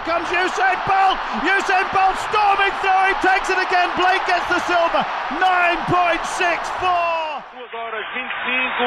comes Usain Bolt. Usain Bolt storming through. He takes it again. Blake gets the silver. 9.64. 2 horas 25,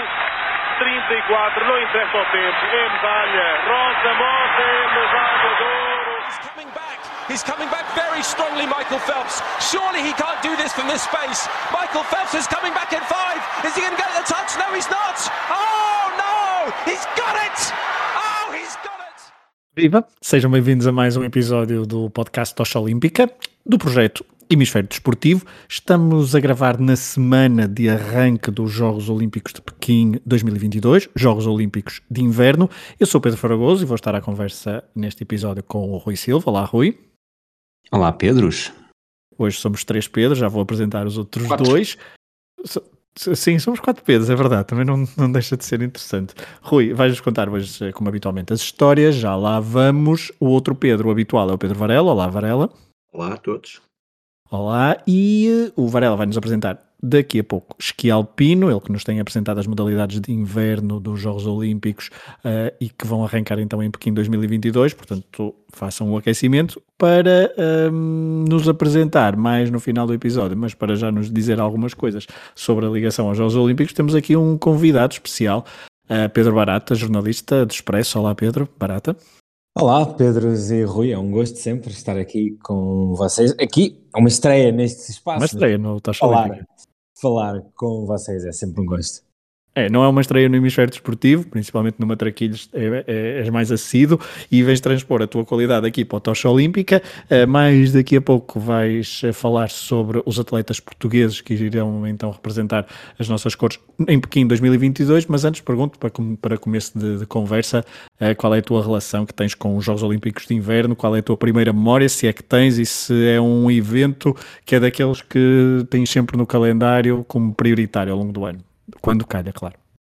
34. Não interessa o tempo. É medalha. Rosa Mota é medalha de ouro. He's coming back very strongly, Michael Phelps. Surely he can't do this from this space. Michael Phelps is coming back in 5. Is he going to get the touch? No, he's not. Oh, no! He's got it! Oh, he's got it! Viva! Sejam bem-vindos a mais um episódio do podcast Tocha Olímpica, do projeto Hemisfério Desportivo. Estamos a gravar na semana de arranque dos Jogos Olímpicos de Pequim 2022, Jogos Olímpicos de Inverno. Eu sou Pedro Fragoso e vou estar à conversa neste episódio com o Rui Silva. Olá, Rui. Olá, Pedros. Hoje somos 3 Pedros, já vou apresentar os outros 4. 2. Sim, somos 4 Pedros, é verdade, também não deixa de ser interessante. Rui, vais-nos contar hoje, como habitualmente, as histórias, já lá vamos. O outro Pedro, o habitual, é o Pedro Varela. Olá, Varela. Olá a todos. Olá, e o Varela vai-nos apresentar daqui a pouco esqui alpino, ele que nos tem apresentado as modalidades de inverno dos Jogos Olímpicos e que vão arrancar então em Pequim 2022, portanto façam o aquecimento para nos apresentar mais no final do episódio, mas para já nos dizer algumas coisas sobre a ligação aos Jogos Olímpicos, temos aqui um convidado especial, Pedro Barata, jornalista do Expresso. Olá, Pedro Barata. Olá, Pedro e Rui, é um gosto sempre estar aqui com vocês. Aqui é uma estreia neste espaço. Uma estreia no Tocha Olímpica. Falar com vocês é sempre um gosto. Não é uma estreia no Hemisfério Desportivo, principalmente no Matraquilhos és mais assíduo e vens transpor a tua qualidade aqui para a Tocha Olímpica. Mais daqui a pouco vais falar sobre os atletas portugueses que irão então representar as nossas cores em Pequim 2022, mas antes pergunto para começo de conversa, qual é a tua relação que tens com os Jogos Olímpicos de Inverno, qual é a tua primeira memória, se é que tens, e se é um evento que é daqueles que tens sempre no calendário como prioritário ao longo do ano. Quando calha, claro.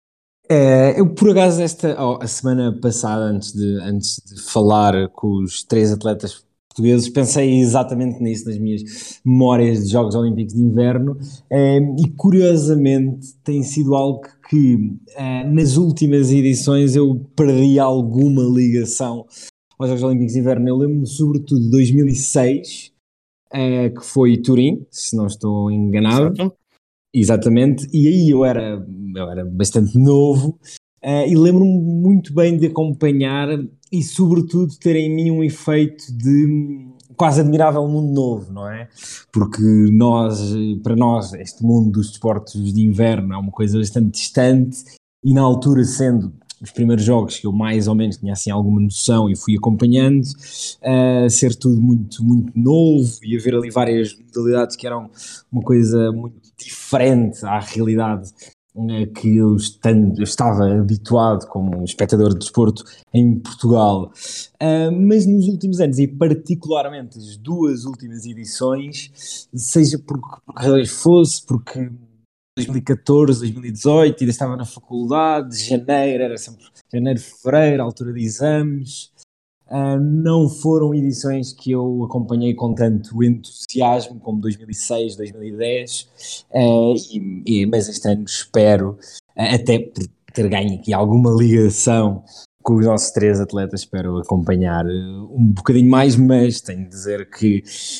Eu, por acaso, a semana passada, antes de falar com os 3 atletas portugueses, pensei exatamente nisso, nas minhas memórias de Jogos Olímpicos de Inverno, e curiosamente tem sido algo que nas últimas edições eu perdi alguma ligação aos Jogos Olímpicos de Inverno. Eu lembro-me sobretudo de 2006, que foi Turim, se não estou enganado. Certo. Exatamente, e aí eu era bastante novo e lembro-me muito bem de acompanhar e sobretudo ter em mim um efeito de quase admirável mundo novo, não é? Porque para nós este mundo dos desportos de inverno é uma coisa bastante distante e na altura, sendo os primeiros jogos que eu mais ou menos tinha assim alguma noção e fui acompanhando, ser tudo muito, muito novo e haver ali várias modalidades que eram uma coisa muito diferente à realidade que eu estava habituado como espectador de desporto em Portugal. Mas nos últimos anos, e particularmente as 2 últimas edições, seja porque razões fosse, porque 2014, 2018, ainda estava na faculdade, janeiro, era sempre janeiro, fevereiro, altura de exames, não foram edições que eu acompanhei com tanto entusiasmo como 2006, 2010, mas este ano espero, até por ter ganho aqui alguma ligação com os nossos 3 atletas, espero acompanhar um bocadinho mais, mas tenho de dizer que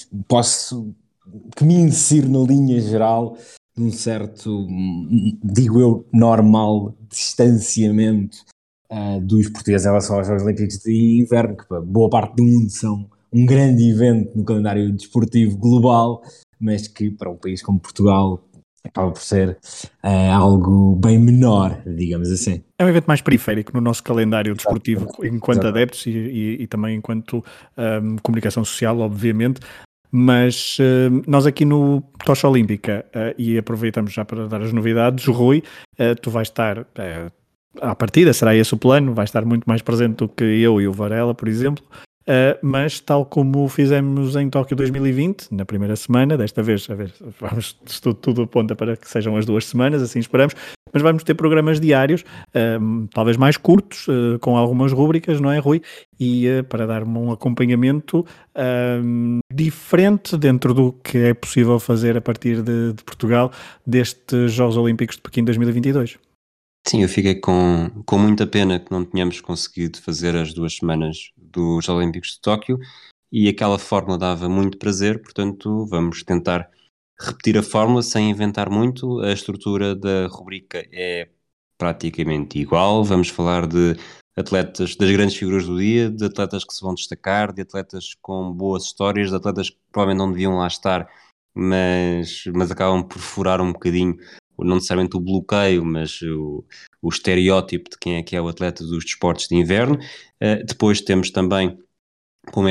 me insiro na linha geral num certo, digo eu, normal distanciamento dos portugueses em relação aos Jogos Olímpicos de Inverno, que para boa parte do mundo são um grande evento no calendário desportivo global, mas que para um país como Portugal acaba por ser algo bem menor, digamos assim. É um evento mais periférico no nosso calendário desportivo, enquanto adeptos e também enquanto comunicação social, obviamente. Mas nós aqui no Tocha Olímpica, e aproveitamos já para dar as novidades, Rui, tu vais estar, à partida será esse o plano, vais estar muito mais presente do que eu e o Varela, por exemplo, mas tal como fizemos em Tóquio 2020, na primeira semana, desta vez, vamos, tudo aponta para que sejam as 2 semanas, assim esperamos, mas vamos ter programas diários, talvez mais curtos, com algumas rúbricas, não é, Rui? E para dar um acompanhamento diferente dentro do que é possível fazer a partir de Portugal, destes Jogos Olímpicos de Pequim 2022. Sim, eu fiquei com muita pena que não tenhamos conseguido fazer as 2 semanas dos Olímpicos de Tóquio, e aquela fórmula dava muito prazer, portanto vamos tentar repetir a fórmula sem inventar muito. A estrutura da rubrica é praticamente igual. Vamos falar de atletas, das grandes figuras do dia, de atletas que se vão destacar, de atletas com boas histórias, de atletas que provavelmente não deviam lá estar, mas acabam por furar um bocadinho, não necessariamente o bloqueio, mas o estereótipo de quem é que é o atleta dos desportos de inverno. Depois temos também, como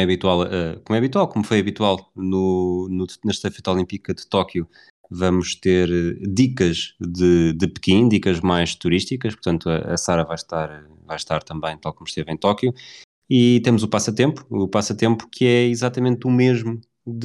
foi habitual na Estafeta Olímpica de Tóquio, vamos ter dicas de Pequim, dicas mais turísticas, portanto a Sara vai estar também, tal como esteve em Tóquio. E temos o passatempo que é exatamente o mesmo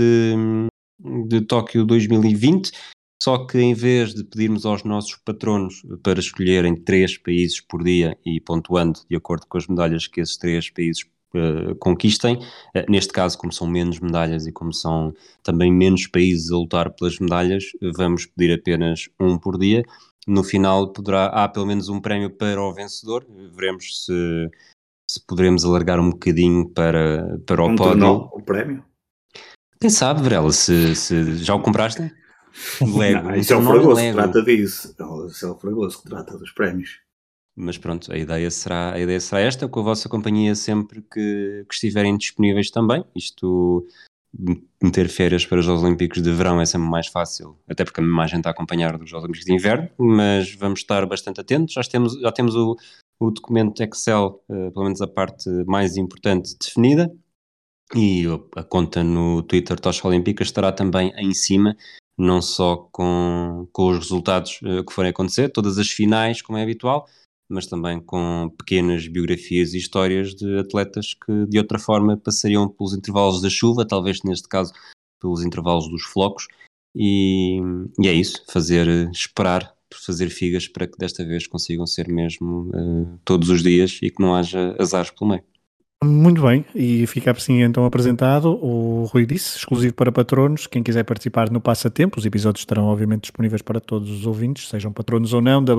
de Tóquio 2020, só que em vez de pedirmos aos nossos patronos para escolherem 3 países por dia e pontuando de acordo com as medalhas que esses 3 países conquistem, neste caso, como são menos medalhas e como são também menos países a lutar pelas medalhas, vamos pedir apenas um por dia. No final há pelo menos um prémio para o vencedor. Veremos se poderemos alargar um bocadinho para o pódio. O prémio? Quem sabe, Varela, se já o compraste? Lego. Não, isso é o Fragoso que trata disso. Isso é o Fragoso que trata dos prémios. Mas pronto, a ideia será esta, com a vossa companhia sempre que estiverem disponíveis também. Isto, meter férias para os Jogos Olímpicos de Verão é sempre mais fácil, até porque a minha imagem está a acompanhar dos Jogos Olímpicos de Inverno, mas vamos estar bastante atentos. Já temos o documento Excel, pelo menos a parte mais importante, definida, e a conta no Twitter Tocha Olímpica estará também em cima, não só com os resultados que forem acontecer, todas as finais, como é habitual, mas também com pequenas biografias e histórias de atletas que de outra forma passariam pelos intervalos da chuva, talvez neste caso pelos intervalos dos flocos, e é isso, esperar por fazer figas para que desta vez consigam ser mesmo todos os dias e que não haja azares pelo meio. Muito bem, e fica assim então apresentado. O Rui disse, exclusivo para patronos. Quem quiser participar no Passatempo, os episódios estarão obviamente disponíveis para todos os ouvintes, sejam patronos ou não,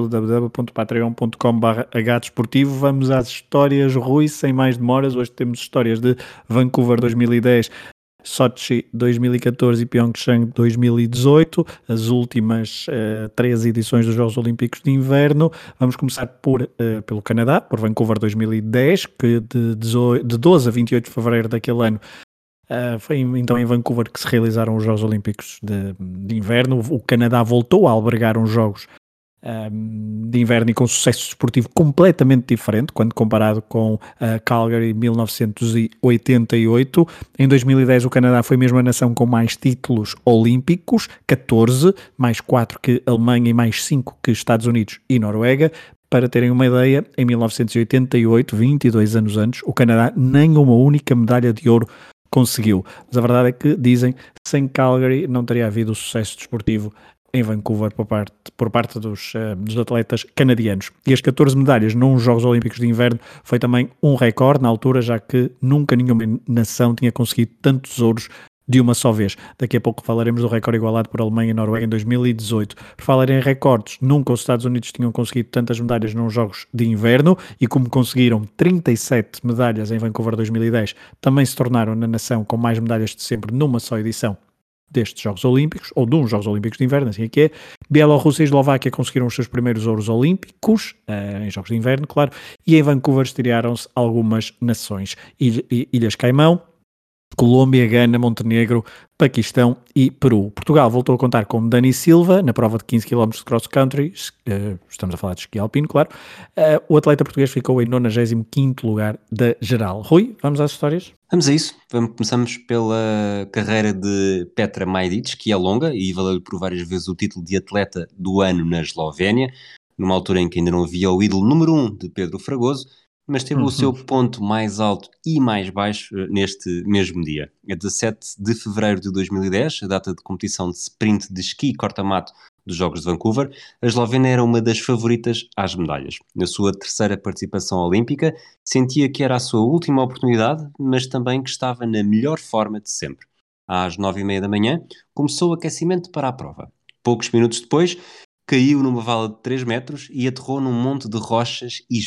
www.patreon.com/hdesportivo. Vamos às histórias, Rui, sem mais demoras. Hoje temos histórias de Vancouver 2010, Sochi 2014 e Pyeongchang 2018, as últimas 3 edições dos Jogos Olímpicos de Inverno. Vamos começar pelo Canadá, por Vancouver 2010, que de 12 a 28 de fevereiro daquele ano foi então em Vancouver que se realizaram os Jogos Olímpicos de Inverno. O Canadá voltou a albergar uns Jogos de Inverno e com sucesso desportivo completamente diferente quando comparado com Calgary 1988. Em 2010 o Canadá foi mesmo a nação com mais títulos olímpicos, 14, mais 4 que Alemanha e mais 5 que Estados Unidos e Noruega. Para terem uma ideia, em 1988, 22 anos antes, o Canadá nem uma única medalha de ouro conseguiu. Mas a verdade é que, dizem, sem Calgary não teria havido o sucesso desportivo em Vancouver por parte dos atletas canadianos. E as 14 medalhas nos Jogos Olímpicos de Inverno foi também um recorde na altura, já que nunca nenhuma nação tinha conseguido tantos ouros de uma só vez. Daqui a pouco falaremos do recorde igualado por Alemanha e Noruega em 2018. Por falar em recordes, nunca os Estados Unidos tinham conseguido tantas medalhas nos Jogos de Inverno, e como conseguiram 37 medalhas em Vancouver 2010, também se tornaram na nação com mais medalhas de sempre numa só edição destes Jogos Olímpicos, ou de uns Jogos Olímpicos de Inverno, assim é que é. Bielorrússia e Eslováquia conseguiram os seus primeiros ouros olímpicos, em Jogos de Inverno, claro, e em Vancouver estrearam-se algumas nações. Ilhas Caimão, Colômbia, Gana, Montenegro, Paquistão e Peru. Portugal voltou a contar com Dani Silva na prova de 15 km de cross-country, estamos a falar de esqui alpino, claro. O atleta português ficou em 95º lugar da geral. Rui, vamos às histórias? Vamos a isso. Começamos pela carreira de Petra Majdic, que é longa e valeu-lhe por várias vezes o título de atleta do ano na Eslovénia, numa altura em que ainda não havia o ídolo número 1 de Pedro Fragoso, mas teve o seu ponto mais alto e mais baixo neste mesmo dia. A 17 de fevereiro de 2010, a data de competição de sprint de esqui e corta-mato dos Jogos de Vancouver, a Eslovénia era uma das favoritas às medalhas. Na sua terceira participação olímpica, sentia que era a sua última oportunidade, mas também que estava na melhor forma de sempre. Às 9h30 da manhã, começou o aquecimento para a prova. Poucos minutos depois, caiu numa vala de 3 metros e aterrou num monte de rochas e gelo.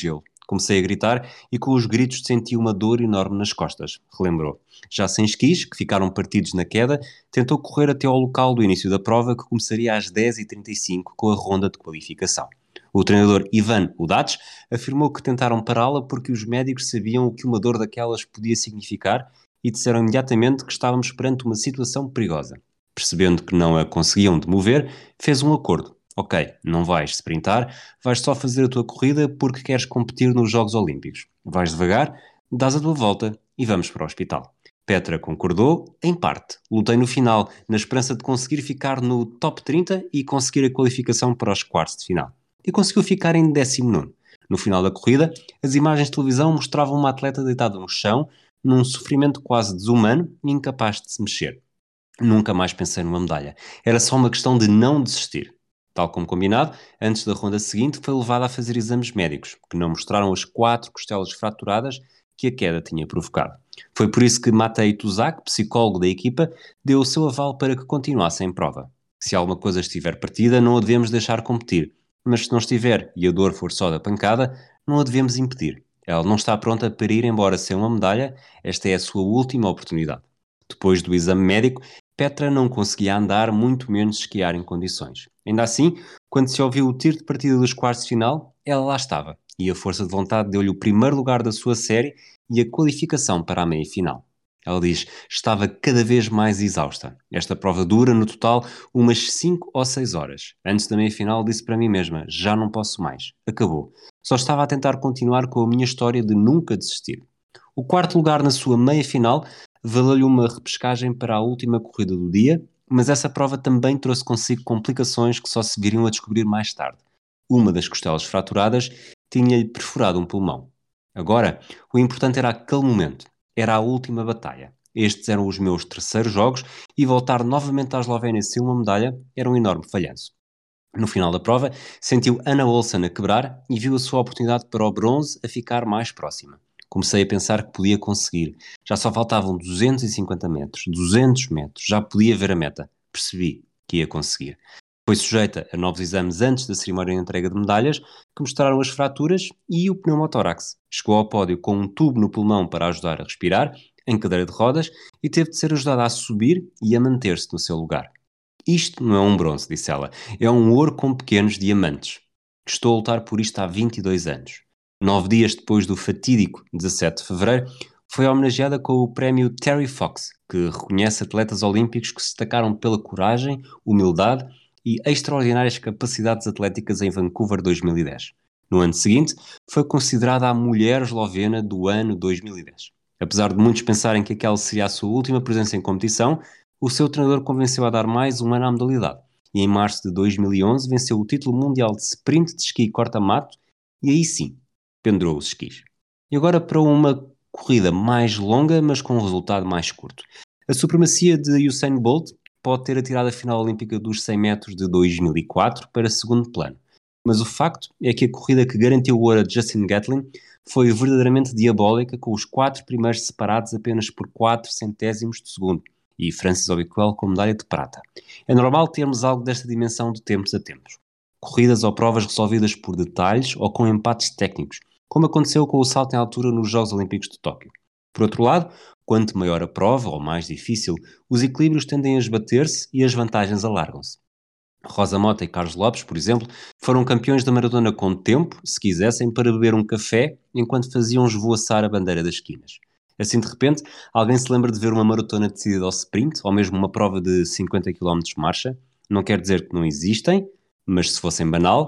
Comecei a gritar e com os gritos senti uma dor enorme nas costas, relembrou. Já sem esquis, que ficaram partidos na queda, tentou correr até ao local do início da prova, que começaria às 10h35 com a ronda de qualificação. O treinador Ivan Udac afirmou que tentaram pará-la porque os médicos sabiam o que uma dor daquelas podia significar e disseram imediatamente que estávamos perante uma situação perigosa. Percebendo que não a conseguiam demover, fez um acordo. Ok, não vais sprintar, vais só fazer a tua corrida porque queres competir nos Jogos Olímpicos. Vais devagar, dás a tua volta e vamos para o hospital. Petra concordou, em parte. Lutei no final, na esperança de conseguir ficar no top 30 e conseguir a qualificação para os quartos de final. E conseguiu ficar em 19º. No final da corrida, as imagens de televisão mostravam uma atleta deitada no chão, num sofrimento quase desumano e incapaz de se mexer. Nunca mais pensei numa medalha. Era só uma questão de não desistir. Tal como combinado, antes da ronda seguinte foi levada a fazer exames médicos, que não mostraram as 4 costelas fraturadas que a queda tinha provocado. Foi por isso que Matej Tuzak, psicólogo da equipa, deu o seu aval para que continuasse em prova. Se alguma coisa estiver partida, não a devemos deixar competir, mas se não estiver e a dor for só da pancada, não a devemos impedir. Ela não está pronta para ir embora sem uma medalha, esta é a sua última oportunidade. Depois do exame médico, Petra não conseguia andar, muito menos esquiar em condições. Ainda assim, quando se ouviu o tiro de partida dos quartos de final, ela lá estava, e a força de vontade deu-lhe o primeiro lugar da sua série e a qualificação para a meia-final. Ela diz, estava cada vez mais exausta. Esta prova dura, no total, umas 5 ou 6 horas. Antes da meia-final disse para mim mesma, já não posso mais. Acabou. Só estava a tentar continuar com a minha história de nunca desistir. O quarto lugar na sua meia-final valeu-lhe uma repescagem para a última corrida do dia, mas essa prova também trouxe consigo complicações que só se viriam a descobrir mais tarde. Uma das costelas fraturadas tinha-lhe perfurado um pulmão. Agora, o importante era aquele momento. Era a última batalha. Estes eram os meus terceiros jogos e voltar novamente à Eslovénia sem uma medalha era um enorme falhanço. No final da prova, sentiu Anna Olsen a quebrar e viu a sua oportunidade para o bronze a ficar mais próxima. Comecei a pensar que podia conseguir. Já só faltavam 250 metros, 200 metros, já podia ver a meta. Percebi que ia conseguir. Foi sujeita a novos exames antes da cerimónia de entrega de medalhas, que mostraram as fraturas e o pneumotórax. Chegou ao pódio com um tubo no pulmão para ajudar a respirar, em cadeira de rodas, e teve de ser ajudada a subir e a manter-se no seu lugar. Isto não é um bronze, disse ela, é um ouro com pequenos diamantes. Estou a lutar por isto há 22 anos. 9 dias depois do fatídico 17 de fevereiro, foi homenageada com o prémio Terry Fox, que reconhece atletas olímpicos que se destacaram pela coragem, humildade e extraordinárias capacidades atléticas em Vancouver 2010. No ano seguinte, foi considerada a mulher eslovena do ano 2010. Apesar de muitos pensarem que aquela seria a sua última presença em competição, o seu treinador convenceu a dar mais um ano à modalidade. E em março de 2011 venceu o título mundial de sprint de esqui corta-mato e aí sim, pendurou os esquis. E agora para uma corrida mais longa, mas com um resultado mais curto. A supremacia de Usain Bolt pode ter atirado a final olímpica dos 100 metros de 2004 para segundo plano. Mas o facto é que a corrida que garantiu o ouro a Justin Gatlin foi verdadeiramente diabólica, com os 4 primeiros separados apenas por 4 centésimos de segundo, e Francis Obiquel com medalha de prata. É normal termos algo desta dimensão de tempos a tempos. Corridas ou provas resolvidas por detalhes ou com empates técnicos, como aconteceu com o salto em altura nos Jogos Olímpicos de Tóquio. Por outro lado, quanto maior a prova ou mais difícil, os equilíbrios tendem a esbater-se e as vantagens alargam-se. Rosa Mota e Carlos Lopes, por exemplo, foram campeões da maratona com tempo, se quisessem, para beber um café enquanto faziam esvoaçar a bandeira das esquinas. Assim, de repente, alguém se lembra de ver uma maratona decidida ao sprint, ou mesmo uma prova de 50 km de marcha. Não quer dizer que não existem, mas se fossem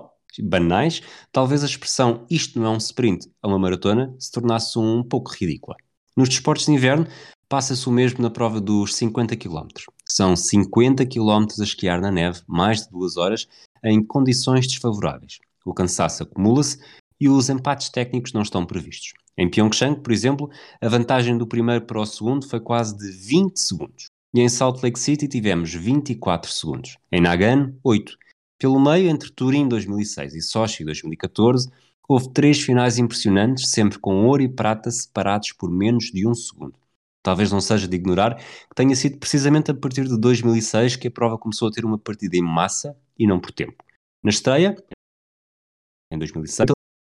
banais, talvez a expressão isto não é um sprint a uma maratona se tornasse um pouco ridícula. Nos desportos de inverno, passa-se o mesmo na prova dos 50 km. São 50 km a esquiar na neve, mais de 2 horas, em condições desfavoráveis. O cansaço acumula-se e os empates técnicos não estão previstos. Em Pyeongchang, por exemplo, a vantagem do primeiro para o segundo foi quase de 20 segundos. E em Salt Lake City tivemos 24 segundos. Em Nagano, 8. Pelo meio, entre Turim 2006 e Sochi 2014, houve 3 finais impressionantes, sempre com ouro e prata separados por menos de 1 segundo. Talvez não seja de ignorar que tenha sido precisamente a partir de 2006 que a prova começou a ter uma partida em massa e não por tempo. Na estreia, em 2006,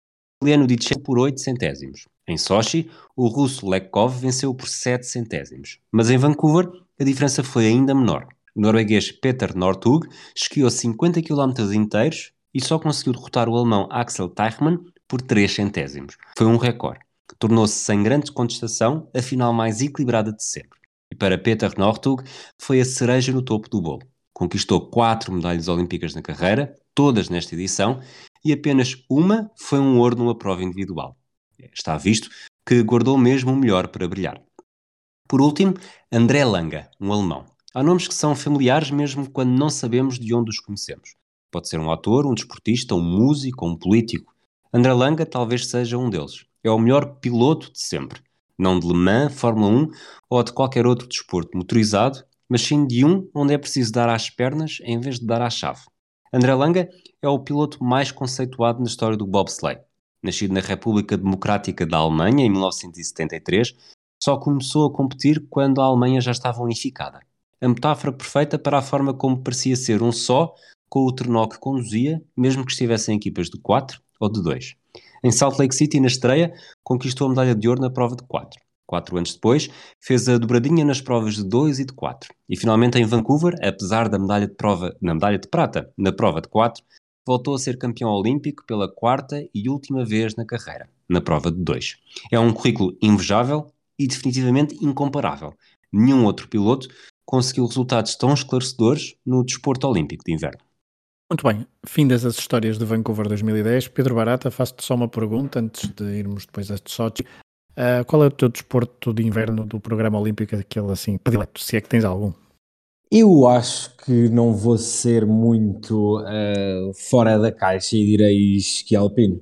italiano Dicevo por 8 centésimos. Em Sochi, o russo Lekov venceu por 7 centésimos. Mas em Vancouver, a diferença foi ainda menor. O norueguês Peter Northug esquiou 50 km inteiros e só conseguiu derrotar o alemão Axel Teichmann por 3 centésimos. Foi um recorde. Tornou-se, sem grande contestação, a final mais equilibrada de sempre. E para Peter Northug foi a cereja no topo do bolo. Conquistou 4 medalhas olímpicas na carreira, todas nesta edição, e apenas uma foi um ouro numa prova individual. Está visto que guardou mesmo o melhor para brilhar. Por último, André Langa, um alemão. Há nomes que são familiares mesmo quando não sabemos de onde os conhecemos. Pode ser um ator, um desportista, um músico ou um político. André Langa talvez seja um deles. É o melhor piloto de sempre. Não de Le Mans, Fórmula 1 ou de qualquer outro desporto motorizado, mas sim de um onde é preciso dar às pernas em vez de dar à chave. André Langa é o piloto mais conceituado na história do bobsleigh. Nascido na República Democrática da Alemanha em 1973, só começou a competir quando a Alemanha já estava unificada. A metáfora perfeita para a forma como parecia ser um só com o trenó que conduzia, mesmo que estivessem equipas de 4 ou de 2. Em Salt Lake City, na estreia, conquistou a medalha de ouro na prova de 4. 4 anos depois, fez a dobradinha nas provas de 2 e de 4. E finalmente em Vancouver, apesar da medalha de prata na prova de 4, voltou a ser campeão olímpico pela 4ª e última vez na carreira, na prova de 2. É um currículo invejável e definitivamente incomparável. Nenhum outro piloto conseguiu resultados tão esclarecedores no desporto olímpico de inverno. Muito bem, fim das histórias de Vancouver 2010. Pedro Barata, faço-te só uma pergunta antes de irmos depois a Sochi. Qual é o teu desporto de inverno do programa olímpico, aquele assim, predileto, se é que tens algum? Eu acho que não vou ser muito fora da caixa e direi esqui alpino.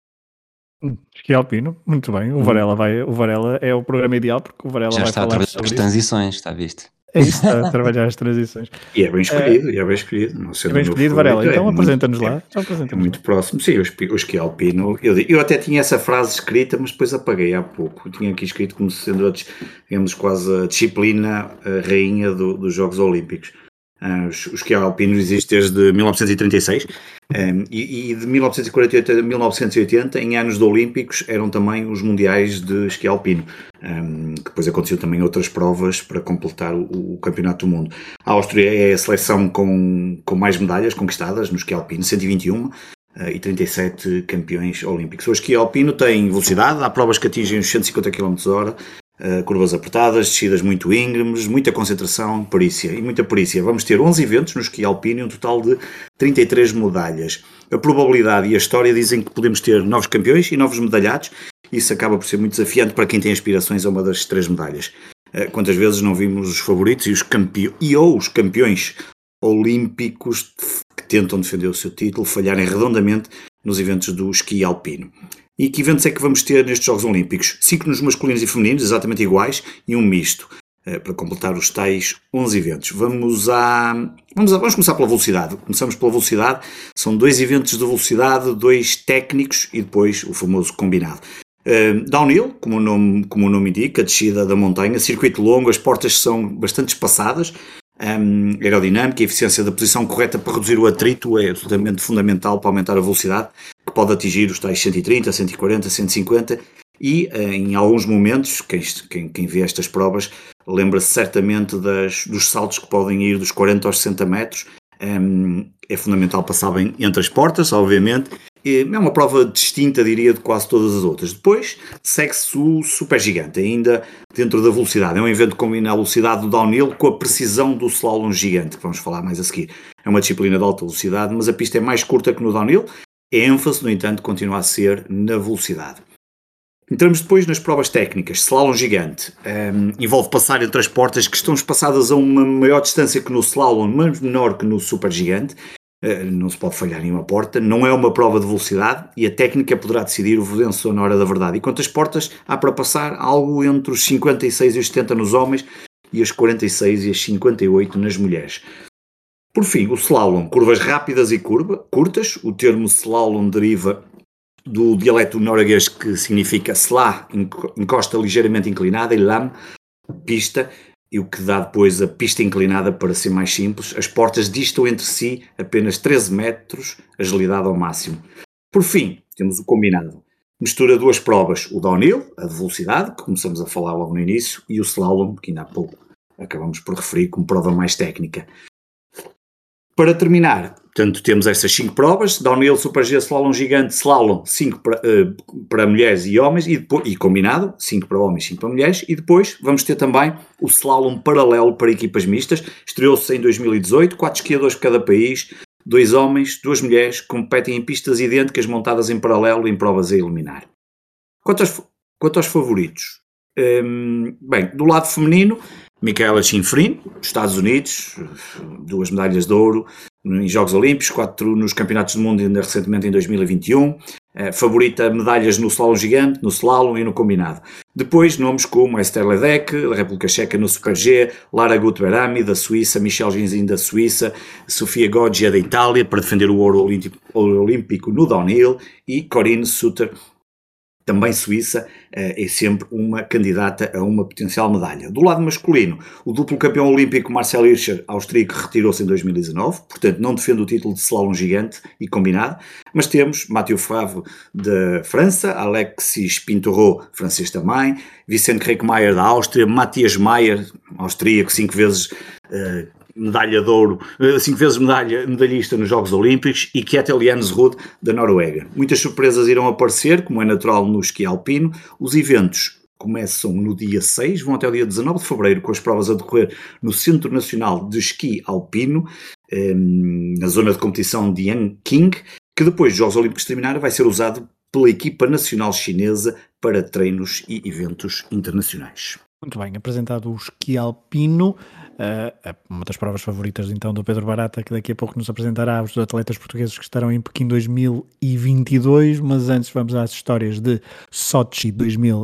Esqui alpino, muito bem. O Varela é o programa ideal porque o Varela já vai falar sobre as transições, está visto? É isso, está a trabalhar as transições. E é bem escolhido, Não sendo é bem escolhido, Varela. Então apresenta-nos lá. É muito próximo. Sim, o esqui alpino. Eu até tinha essa frase escrita, mas depois apaguei há pouco. Eu tinha aqui escrito como sendo, digamos, quase a disciplina a rainha dos Jogos Olímpicos. O esqui alpino existe desde 1936 e de 1948 a 1980, em anos de Olímpicos, eram também os Mundiais de Esqui Alpino, que depois aconteceu também em outras provas para completar o Campeonato do Mundo. A Áustria é a seleção com mais medalhas conquistadas no esqui alpino, 121 e 37 campeões olímpicos. O esqui alpino tem velocidade, há provas que atingem os 150 km/h, curvas apertadas, descidas muito íngremes, muita concentração, perícia. Vamos ter 11 eventos no esqui alpino e um total de 33 medalhas. A probabilidade e a história dizem que podemos ter novos campeões e novos medalhados. Isso acaba por ser muito desafiante para quem tem aspirações a uma das 3 medalhas. Quantas vezes não vimos os favoritos e os campeões olímpicos que tentam defender o seu título falharem redondamente nos eventos do esqui alpino. E que eventos é que vamos ter nestes Jogos Olímpicos? 5 nos masculinos e femininos, exatamente iguais, e um misto, para completar os tais 11 eventos. Vamos começar pela velocidade. Começamos pela velocidade. São 2 eventos de velocidade, 2 técnicos e depois o famoso combinado. Downhill, como o nome indica, descida da montanha, circuito longo, as portas são bastante espaçadas. Aerodinâmica e eficiência da posição correta para reduzir o atrito é absolutamente fundamental para aumentar a velocidade, que pode atingir os tais 130, 140, 150 e em alguns momentos, quem vê estas provas lembra-se certamente dos saltos que podem ir dos 40 aos 60 metros. É fundamental passar bem entre as portas, obviamente. É uma prova distinta, diria, de quase todas as outras. Depois segue-se o supergigante, ainda dentro da velocidade. É um evento que combina a velocidade do downhill com a precisão do slalom gigante, que vamos falar mais a seguir. É uma disciplina de alta velocidade, mas a pista é mais curta que no downhill. A ênfase, no entanto, continua a ser na velocidade. Entramos depois nas provas técnicas. Slalom gigante envolve passar entre as portas que estão espaçadas a uma maior distância que no slalom, mas menor que no supergigante. Não se pode falhar nenhuma porta, não é uma prova de velocidade e a técnica poderá decidir o vencedor na hora da verdade. E quantas portas há para passar? Algo entre os 56 e os 70 nos homens e as 46 e as 58 nas mulheres. Por fim, o slalom, curvas rápidas e curtas. O termo slalom deriva do dialeto norueguês que significa slá, encosta ligeiramente inclinada, e lam, pista, e o que dá depois a pista inclinada para ser mais simples. As portas distam entre si apenas 13 metros, agilidade ao máximo. Por fim, temos o combinado. mistura duas provas, o downhill, a de velocidade, que começamos a falar logo no início, e o slalom, que ainda há pouco acabamos por referir como prova mais técnica. Para terminar, portanto, temos estas 5 provas, downhill, super G, slalom gigante, slalom, 5 para mulheres e homens, e combinado, 5 para homens, 5 para mulheres, e depois vamos ter também o slalom paralelo para equipas mistas, estreou-se em 2018, 4 esquiadores por cada país, 2 homens, 2 mulheres, competem em pistas idênticas montadas em paralelo em provas a eliminar. Quanto aos favoritos, bem, do lado feminino, Michaela Schifrin, dos Estados Unidos, 2 medalhas de ouro em Jogos Olímpicos, 4 nos Campeonatos do Mundo ainda recentemente em 2021, favorita medalhas no slalom gigante, no slalom e no combinado. Depois nomes como Esther Ledec, da República Checa no Super G, Lara Gut-Berami da Suíça, Michelle Ginzin da Suíça, Sofia Goggia da Itália para defender o ouro olímpico no downhill e Corinne Sutter, também suíça, é sempre uma candidata a uma potencial medalha. Do lado masculino, o duplo campeão olímpico Marcel Hirscher, austríaco, retirou-se em 2019, portanto não defende o título de slalom gigante e combinado, mas temos Mathieu Favre da França, Alexis Pinturault, francês também, Vicente Reckmeier da Áustria, Matthias Mayer, austríaco, 5 vezes medalha de ouro, 5 vezes medalhista nos Jogos Olímpicos, e Kjetil Jansrud da Noruega. Muitas surpresas irão aparecer, como é natural no esqui alpino. Os eventos começam no dia 6, vão até o dia 19 de fevereiro, com as provas a decorrer no Centro Nacional de Esqui Alpino, na zona de competição de Yanqing, que depois dos Jogos Olímpicos terminarem vai ser usado pela equipa nacional chinesa para treinos e eventos internacionais. Muito bem, apresentado o esqui alpino, uma das provas favoritas então do Pedro Barata, que daqui a pouco nos apresentará os atletas portugueses que estarão em Pequim 2022, mas antes vamos às histórias de Sochi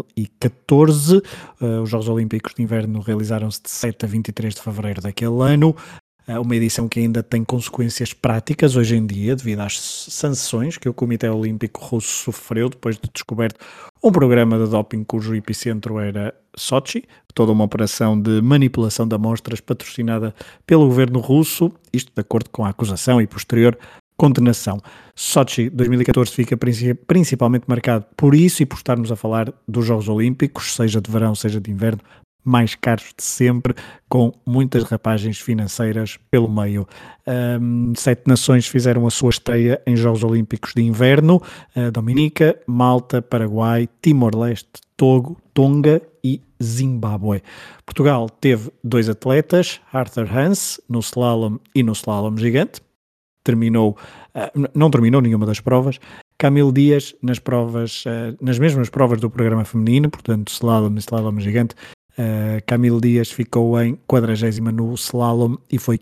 2014. Os Jogos Olímpicos de Inverno realizaram-se de 7 a 23 de fevereiro daquele ano. Uma edição que ainda tem consequências práticas hoje em dia, devido às sanções que o Comitê Olímpico Russo sofreu depois de descoberto um programa de doping cujo epicentro era Sochi, toda uma operação de manipulação de amostras patrocinada pelo governo russo, isto de acordo com a acusação e posterior condenação. Sochi 2014 fica principalmente marcado por isso e por estarmos a falar dos Jogos Olímpicos, seja de verão, seja de inverno, mais caros de sempre, com muitas rapagens financeiras pelo meio. 7 nações fizeram a sua estreia em Jogos Olímpicos de Inverno: Dominica, Malta, Paraguai, Timor-Leste, Togo, Tonga e Zimbábue. Portugal teve 2 atletas, Arthur Hans no slalom e no slalom gigante. Não terminou nenhuma das provas. Camilo Dias nas mesmas provas do programa feminino, portanto slalom e slalom gigante. Camilo Dias ficou em 40ª no slalom e foi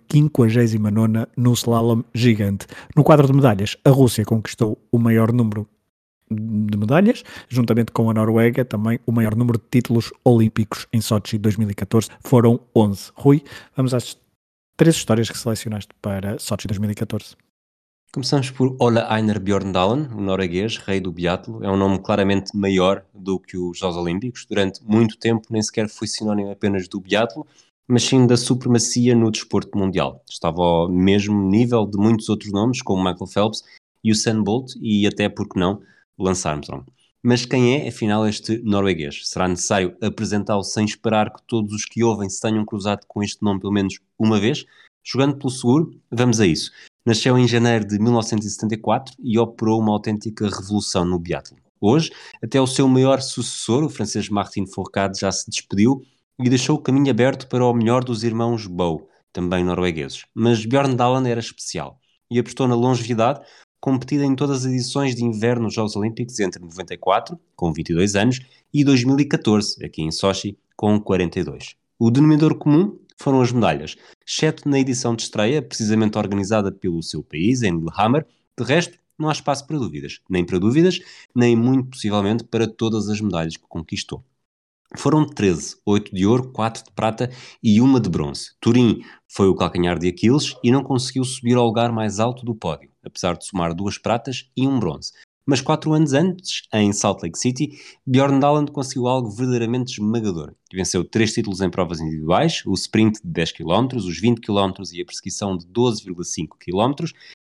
59ª no slalom gigante. No quadro de medalhas, a Rússia conquistou o maior número de medalhas, juntamente com a Noruega, também o maior número de títulos olímpicos em Sochi 2014, foram 11. Rui, vamos às 3 histórias que selecionaste para Sochi 2014. Começamos por Ole Einar Bjørndalen, o norueguês, rei do biatlo. É um nome claramente maior do que os Jogos Olímpicos. Durante muito tempo nem sequer foi sinónimo apenas do biatlo, mas sim da supremacia no desporto mundial. Estava ao mesmo nível de muitos outros nomes, como Michael Phelps, Usain Bolt e até, por que não, Lance Armstrong. Mas quem é, afinal, este norueguês? Será necessário apresentá-lo sem esperar que todos os que ouvem se tenham cruzado com este nome pelo menos uma vez? Jogando pelo seguro, vamos a isso. Nasceu em janeiro de 1974 e operou uma autêntica revolução no biatlo. Hoje, até o seu maior sucessor, o francês Martin Fourcade, já se despediu e deixou o caminho aberto para o melhor dos irmãos Boe, também noruegueses. Mas Bjørndalen era especial e apostou na longevidade, competida em todas as edições de inverno nos Jogos Olímpicos entre 94, com 22 anos, e 2014, aqui em Sochi, com 42. O denominador comum foram as medalhas, exceto na edição de estreia, precisamente organizada pelo seu país, em Lillehammer. De resto, não há espaço para dúvidas, nem muito possivelmente para todas as medalhas que conquistou. Foram 13, 8 de ouro, 4 de prata e 1 de bronze. Turim foi o calcanhar de Aquiles e não conseguiu subir ao lugar mais alto do pódio, apesar de somar 2 pratas e 1 bronze. Mas 4 anos antes, em Salt Lake City, Bjørndalen conseguiu algo verdadeiramente esmagador. Venceu 3 títulos em provas individuais, o sprint de 10 km, os 20 km e a perseguição de 12,5 km,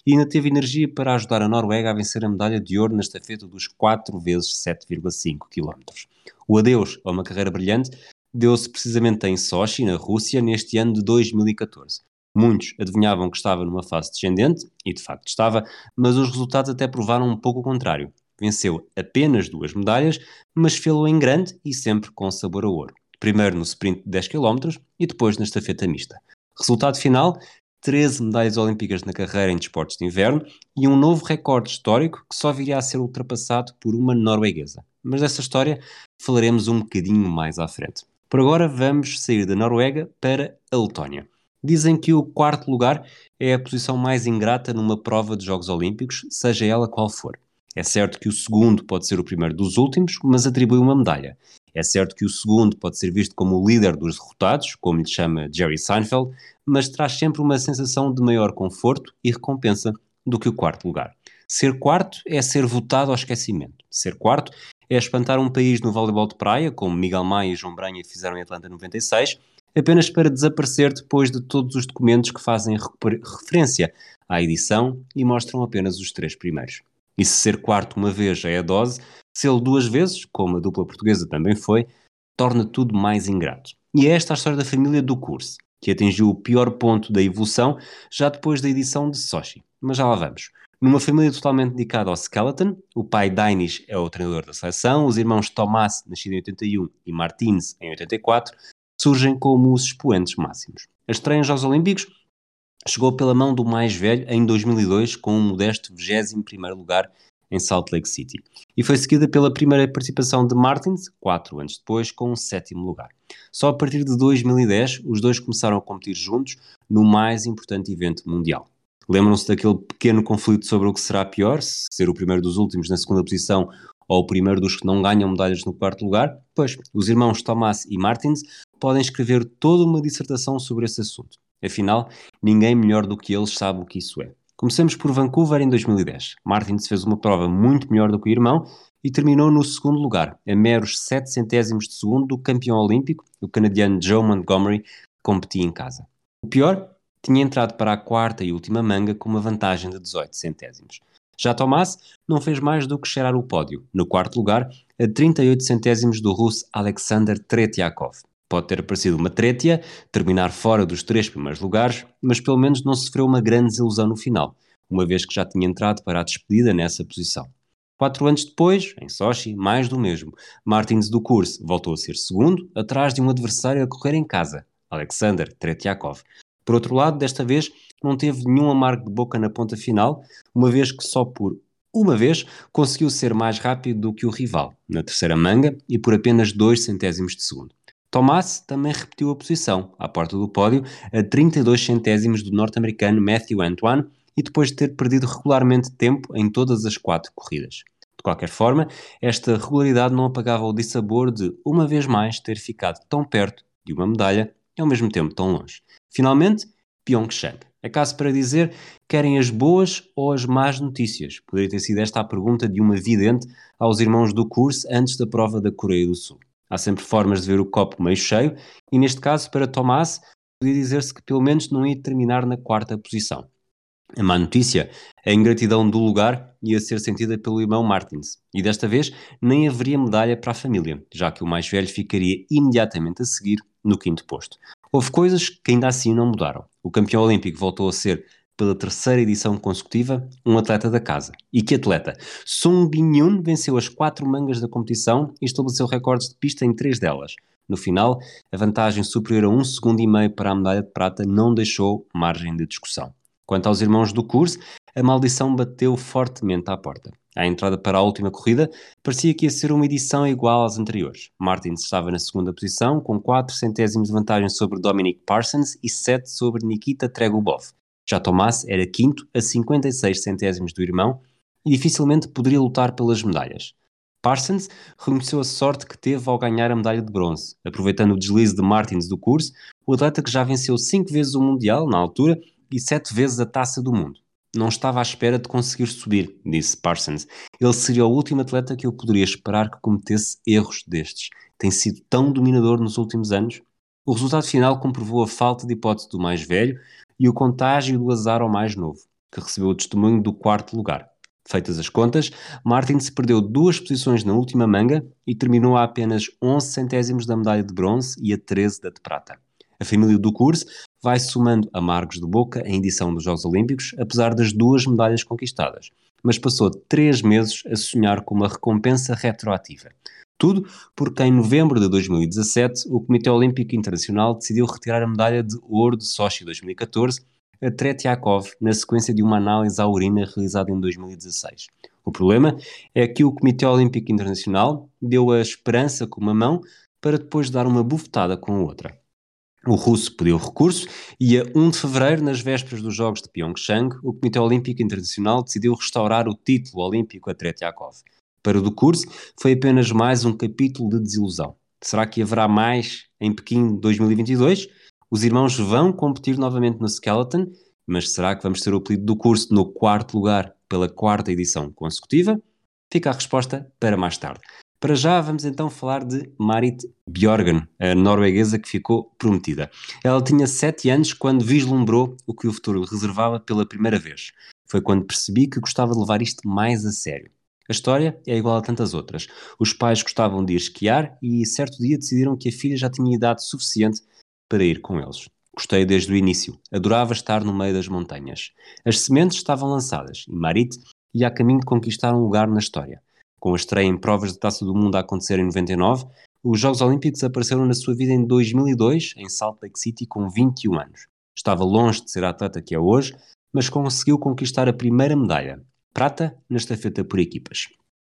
e ainda teve energia para ajudar a Noruega a vencer a medalha de ouro na estafeta dos 4 vezes 7,5 km. O adeus a uma carreira brilhante deu-se precisamente em Sochi, na Rússia, neste ano de 2014. Muitos adivinhavam que estava numa fase descendente, e de facto estava, mas os resultados até provaram um pouco o contrário. Venceu apenas 2 medalhas, mas fê-lo em grande e sempre com sabor a ouro. Primeiro no sprint de 10 km e depois na estafeta mista. Resultado final, 13 medalhas olímpicas na carreira em desportos de inverno e um novo recorde histórico que só viria a ser ultrapassado por uma norueguesa. Mas dessa história falaremos um bocadinho mais à frente. Por agora vamos sair da Noruega para a Letónia. Dizem que o 4º lugar é a posição mais ingrata numa prova de Jogos Olímpicos, seja ela qual for. É certo que o segundo pode ser o primeiro dos últimos, mas atribui uma medalha. É certo que o segundo pode ser visto como o líder dos derrotados, como lhe chama Jerry Seinfeld, mas traz sempre uma sensação de maior conforto e recompensa do que o 4º lugar. Ser quarto é ser votado ao esquecimento. Ser quarto é espantar um país no voleibol de praia, como Miguel Maia e João Branha fizeram em Atlanta 96, apenas para desaparecer depois de todos os documentos que fazem referência à edição e mostram apenas os 3 primeiros. E se ser quarto uma vez já é a dose, sê-lo 2 vezes, como a dupla portuguesa também foi, torna tudo mais ingrato. E é esta a história da família do Kurse, que atingiu o pior ponto da evolução já depois da edição de Sochi. Mas já lá vamos. Numa família totalmente dedicada ao skeleton, o pai Dainis é o treinador da seleção, os irmãos Tomás, nascido em 81, e Martins, em 84, surgem como os expoentes máximos. A estreia em Jogos Olímpicos chegou pela mão do mais velho em 2002, com um modesto 21º lugar em Salt Lake City. E foi seguida pela primeira participação de Martins, 4 anos depois, com um 7º lugar. Só a partir de 2010, os dois começaram a competir juntos no mais importante evento mundial. Lembram-se daquele pequeno conflito sobre o que será pior, se ser o primeiro dos últimos na segunda posição ou o primeiro dos que não ganham medalhas no 4º lugar? Pois, os irmãos Tomás e Martins podem escrever toda uma dissertação sobre esse assunto. Afinal, ninguém melhor do que eles sabe o que isso é. Comecemos por Vancouver em 2010. Martins fez uma prova muito melhor do que o irmão e terminou no 2º lugar, a meros 7 centésimos de segundo do campeão olímpico, o canadiano Joe Montgomery, que competia em casa. O pior, tinha entrado para a 4ª e última manga com uma vantagem de 18 centésimos. Já Tomás não fez mais do que cheirar o pódio, no 4º lugar, a 38 centésimos do russo Alexander Tretiakov. Pode ter parecido uma trétia, terminar fora dos 3 primeiros lugares, mas pelo menos não sofreu uma grande desilusão no final, uma vez que já tinha entrado para a despedida nessa posição. 4 anos depois, em Sochi, mais do mesmo. Martins do Kurse voltou a ser segundo, atrás de um adversário a correr em casa, Alexander Tretiakov. Por outro lado, desta vez, não teve nenhum amargo de boca na ponta final, uma vez que só por uma vez conseguiu ser mais rápido do que o rival, na 3ª manga e por apenas 2 centésimos de segundo. Tomás também repetiu a posição, à porta do pódio, a 32 centésimos do norte-americano Matthew Antoine e depois de ter perdido regularmente tempo em todas as 4 corridas. De qualquer forma, esta regularidade não apagava o dissabor de, uma vez mais, ter ficado tão perto de uma medalha e ao mesmo tempo tão longe. Finalmente, Pyeongchang. Acaso para dizer, querem as boas ou as más notícias? Poderia ter sido esta a pergunta de uma vidente aos irmãos do Kurse antes da prova da Coreia do Sul. Há sempre formas de ver o copo meio cheio e neste caso, para Tomás, podia dizer-se que pelo menos não ia terminar na 4ª posição. A má notícia, a ingratidão do lugar ia ser sentida pelo irmão Martins e desta vez nem haveria medalha para a família, já que o mais velho ficaria imediatamente a seguir no 5º posto. Houve coisas que ainda assim não mudaram. O campeão olímpico voltou a ser, pela 3ª edição consecutiva, um atleta da casa. E que atleta? Sung Bin-yoon venceu as 4 mangas da competição e estabeleceu recordes de pista em 3 delas. No final, a vantagem superior a 1,5 segundos para a medalha de prata não deixou margem de discussão. Quanto aos irmãos do Kurse, a maldição bateu fortemente à porta. À entrada para a última corrida, parecia que ia ser uma edição igual às anteriores. Martins estava na 2ª posição, com 4 centésimos de vantagem sobre Dominic Parsons e 7 sobre Nikita Tregubov. Já Tomás era 5º a 56 centésimos do irmão e dificilmente poderia lutar pelas medalhas. Parsons reconheceu a sorte que teve ao ganhar a medalha de bronze, aproveitando o deslize de Martins do Kurse, o atleta que já venceu 5 vezes o Mundial, na altura, e 7 vezes a Taça do Mundo. Não estava à espera de conseguir subir, disse Parsons. Ele seria o último atleta que eu poderia esperar que cometesse erros destes. Tem sido tão dominador nos últimos anos. O resultado final comprovou a falta de hipótese do mais velho e o contágio do azar ao mais novo. que recebeu o testemunho do 4º lugar. Feitas as contas, Martins perdeu 2 posições na última manga e terminou a apenas 11 centésimos da medalha de bronze e a 13 da de prata. A família do Curse vai somando amargos de boca em edição dos Jogos Olímpicos, apesar das 2 medalhas conquistadas, mas passou 3 meses a sonhar com uma recompensa retroativa. Tudo porque em novembro de 2017 o Comitê Olímpico Internacional decidiu retirar a medalha de ouro de Sochi 2014 a Tretiakov na sequência de uma análise à urina realizada em 2016. O problema é que o Comitê Olímpico Internacional deu a esperança com uma mão para depois dar uma bufetada com a outra. O russo pediu recurso e a 1 de fevereiro, nas vésperas dos Jogos de Pyeongchang, o Comitê Olímpico Internacional decidiu restaurar o título olímpico a Tretiakov. Para o do Curse, foi apenas mais um capítulo de desilusão. Será que haverá mais em Pequim 2022? Os irmãos vão competir novamente no skeleton, mas será que vamos ter o apelido do Curse no 4º lugar pela 4ª edição consecutiva? Fica a resposta para mais tarde. Para já, vamos então falar de Marit Bjørgen, a norueguesa que ficou prometida. Ela tinha 7 anos quando vislumbrou o que o futuro lhe reservava pela primeira vez. Foi quando percebi que gostava de levar isto mais a sério. A história é igual a tantas outras. Os pais gostavam de ir esquiar e certo dia decidiram que a filha já tinha idade suficiente para ir com eles. Gostei desde o início. Adorava estar no meio das montanhas. As sementes estavam lançadas e Marit ia a caminho de conquistar um lugar na história. Com a estreia em provas de Taça do Mundo a acontecer em 99, os Jogos Olímpicos apareceram na sua vida em 2002, em Salt Lake City, com 21 anos. Estava longe de ser a atleta que é hoje, mas conseguiu conquistar a primeira medalha, prata, na estafeta por equipas.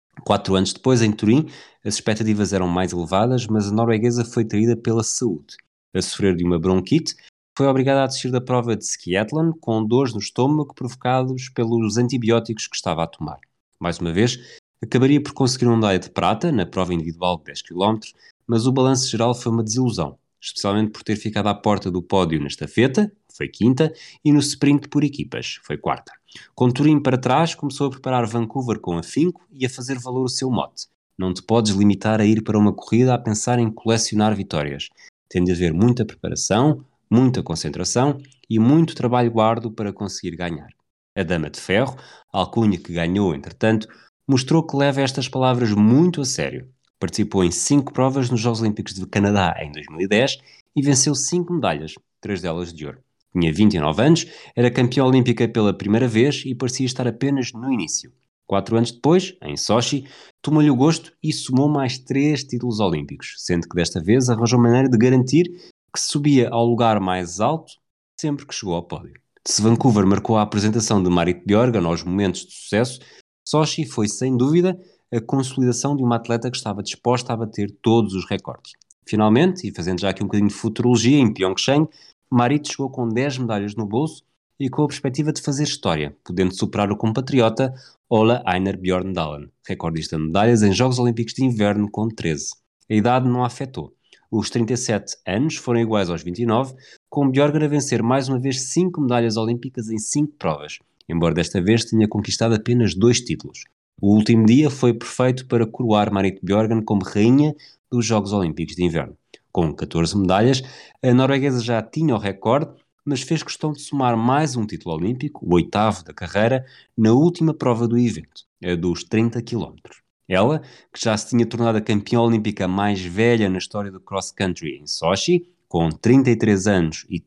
4 anos depois, em Turim, as expectativas eram mais elevadas, mas a norueguesa foi traída pela saúde. A sofrer de uma bronquite, foi obrigada a desistir da prova de skiathlon com dores no estômago provocados pelos antibióticos que estava a tomar. Mais uma vez, acabaria por conseguir uma medalha de prata na prova individual de 10 km, mas o balanço geral foi uma desilusão, especialmente por ter ficado à porta do pódio na estafeta, foi 5ª, e no sprint por equipas, foi 4ª. Com Turim para trás, começou a preparar Vancouver com afinco e a fazer valer o seu mote. Não te podes limitar a ir para uma corrida a pensar em colecionar vitórias. Tem de haver muita preparação, muita concentração e muito trabalho árduo para conseguir ganhar. A Dama de Ferro, a alcunha que ganhou, entretanto, mostrou que leva estas palavras muito a sério. Participou em 5 provas nos Jogos Olímpicos de Canadá em 2010 e venceu 5 medalhas, 3 delas de ouro. Tinha 29 anos, era campeã olímpica pela primeira vez e parecia estar apenas no início. 4 anos depois, em Sochi, tomou-lhe o gosto e somou mais 3 títulos olímpicos, sendo que desta vez arranjou maneira de garantir que subia ao lugar mais alto sempre que chegou ao pódio. Se Vancouver marcou a apresentação de Marit Bjørgen aos momentos de sucesso, Sochi foi, sem dúvida, a consolidação de uma atleta que estava disposta a bater todos os recordes. Finalmente, e fazendo já aqui um bocadinho de futurologia, em Pyeongchang, Marit chegou com 10 medalhas no bolso e com a perspectiva de fazer história, podendo superar o compatriota Ola Einar Bjørndalen, recordista de medalhas em Jogos Olímpicos de Inverno com 13. A idade não a afetou. Os 37 anos foram iguais aos 29, com Bjørgen a vencer mais uma vez 5 medalhas olímpicas em 5 provas, embora desta vez tenha conquistado apenas 2 títulos. O último dia foi perfeito para coroar Marit Bjørgen como rainha dos Jogos Olímpicos de Inverno. Com 14 medalhas, a norueguesa já tinha o recorde, mas fez questão de somar mais um título olímpico, o 8º da carreira, na última prova do evento, a dos 30 km. Ela, que já se tinha tornado a campeã olímpica mais velha na história do cross-country em Sochi, com 33 anos e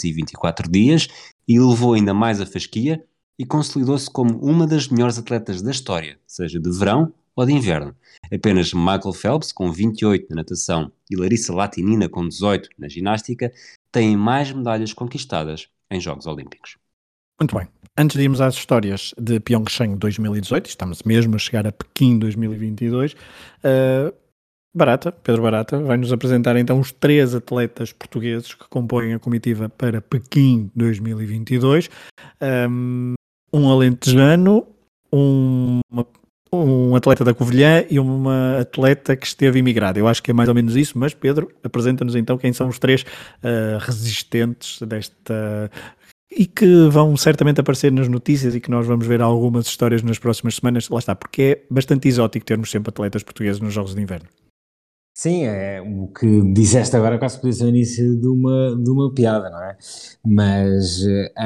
324 dias, e levou ainda mais a fasquia e consolidou-se como uma das melhores atletas da história, seja de verão ou de inverno. Apenas Michael Phelps, com 28 na natação, e Larissa Latínina, com 18 na ginástica, têm mais medalhas conquistadas em Jogos Olímpicos. Muito bem. Antes de irmos às histórias de Pyeongchang 2018, estamos mesmo a chegar a Pequim 2022, Pedro Barata, vai-nos apresentar então os 3 atletas portugueses que compõem a comitiva para Pequim 2022. Um alentejano, um atleta da Covilhã e uma atleta que esteve imigrada. Eu acho que é mais ou menos isso, mas Pedro, apresenta-nos então quem são os 3 resistentes desta... e que vão certamente aparecer nas notícias e que nós vamos ver algumas histórias nas próximas semanas. Lá está, porque é bastante exótico termos sempre atletas portugueses nos Jogos de Inverno. Sim, é o que disseste agora, quase podia ser o início de uma piada, não é? Mas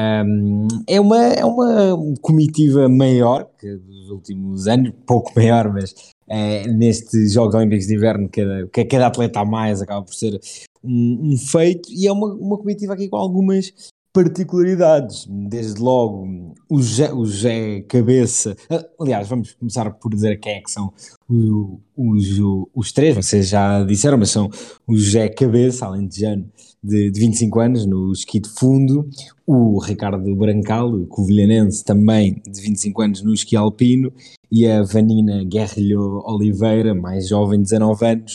é uma comitiva maior que dos últimos anos, pouco maior, mas nestes Jogos Olímpicos de Inverno, cada atleta a mais acaba por ser um feito, e é uma comitiva aqui com algumas particularidades. Desde logo, o Zé Cabeça. Aliás, vamos começar por dizer quem é que são os três, vocês já disseram, mas são o José Cabeça, alentejano, de 25 anos, no esqui de fundo, o Ricardo Brancal, covilhanense, também de 25 anos, no esqui alpino, e a Vanina Guerrilho Oliveira, mais jovem, 19 anos,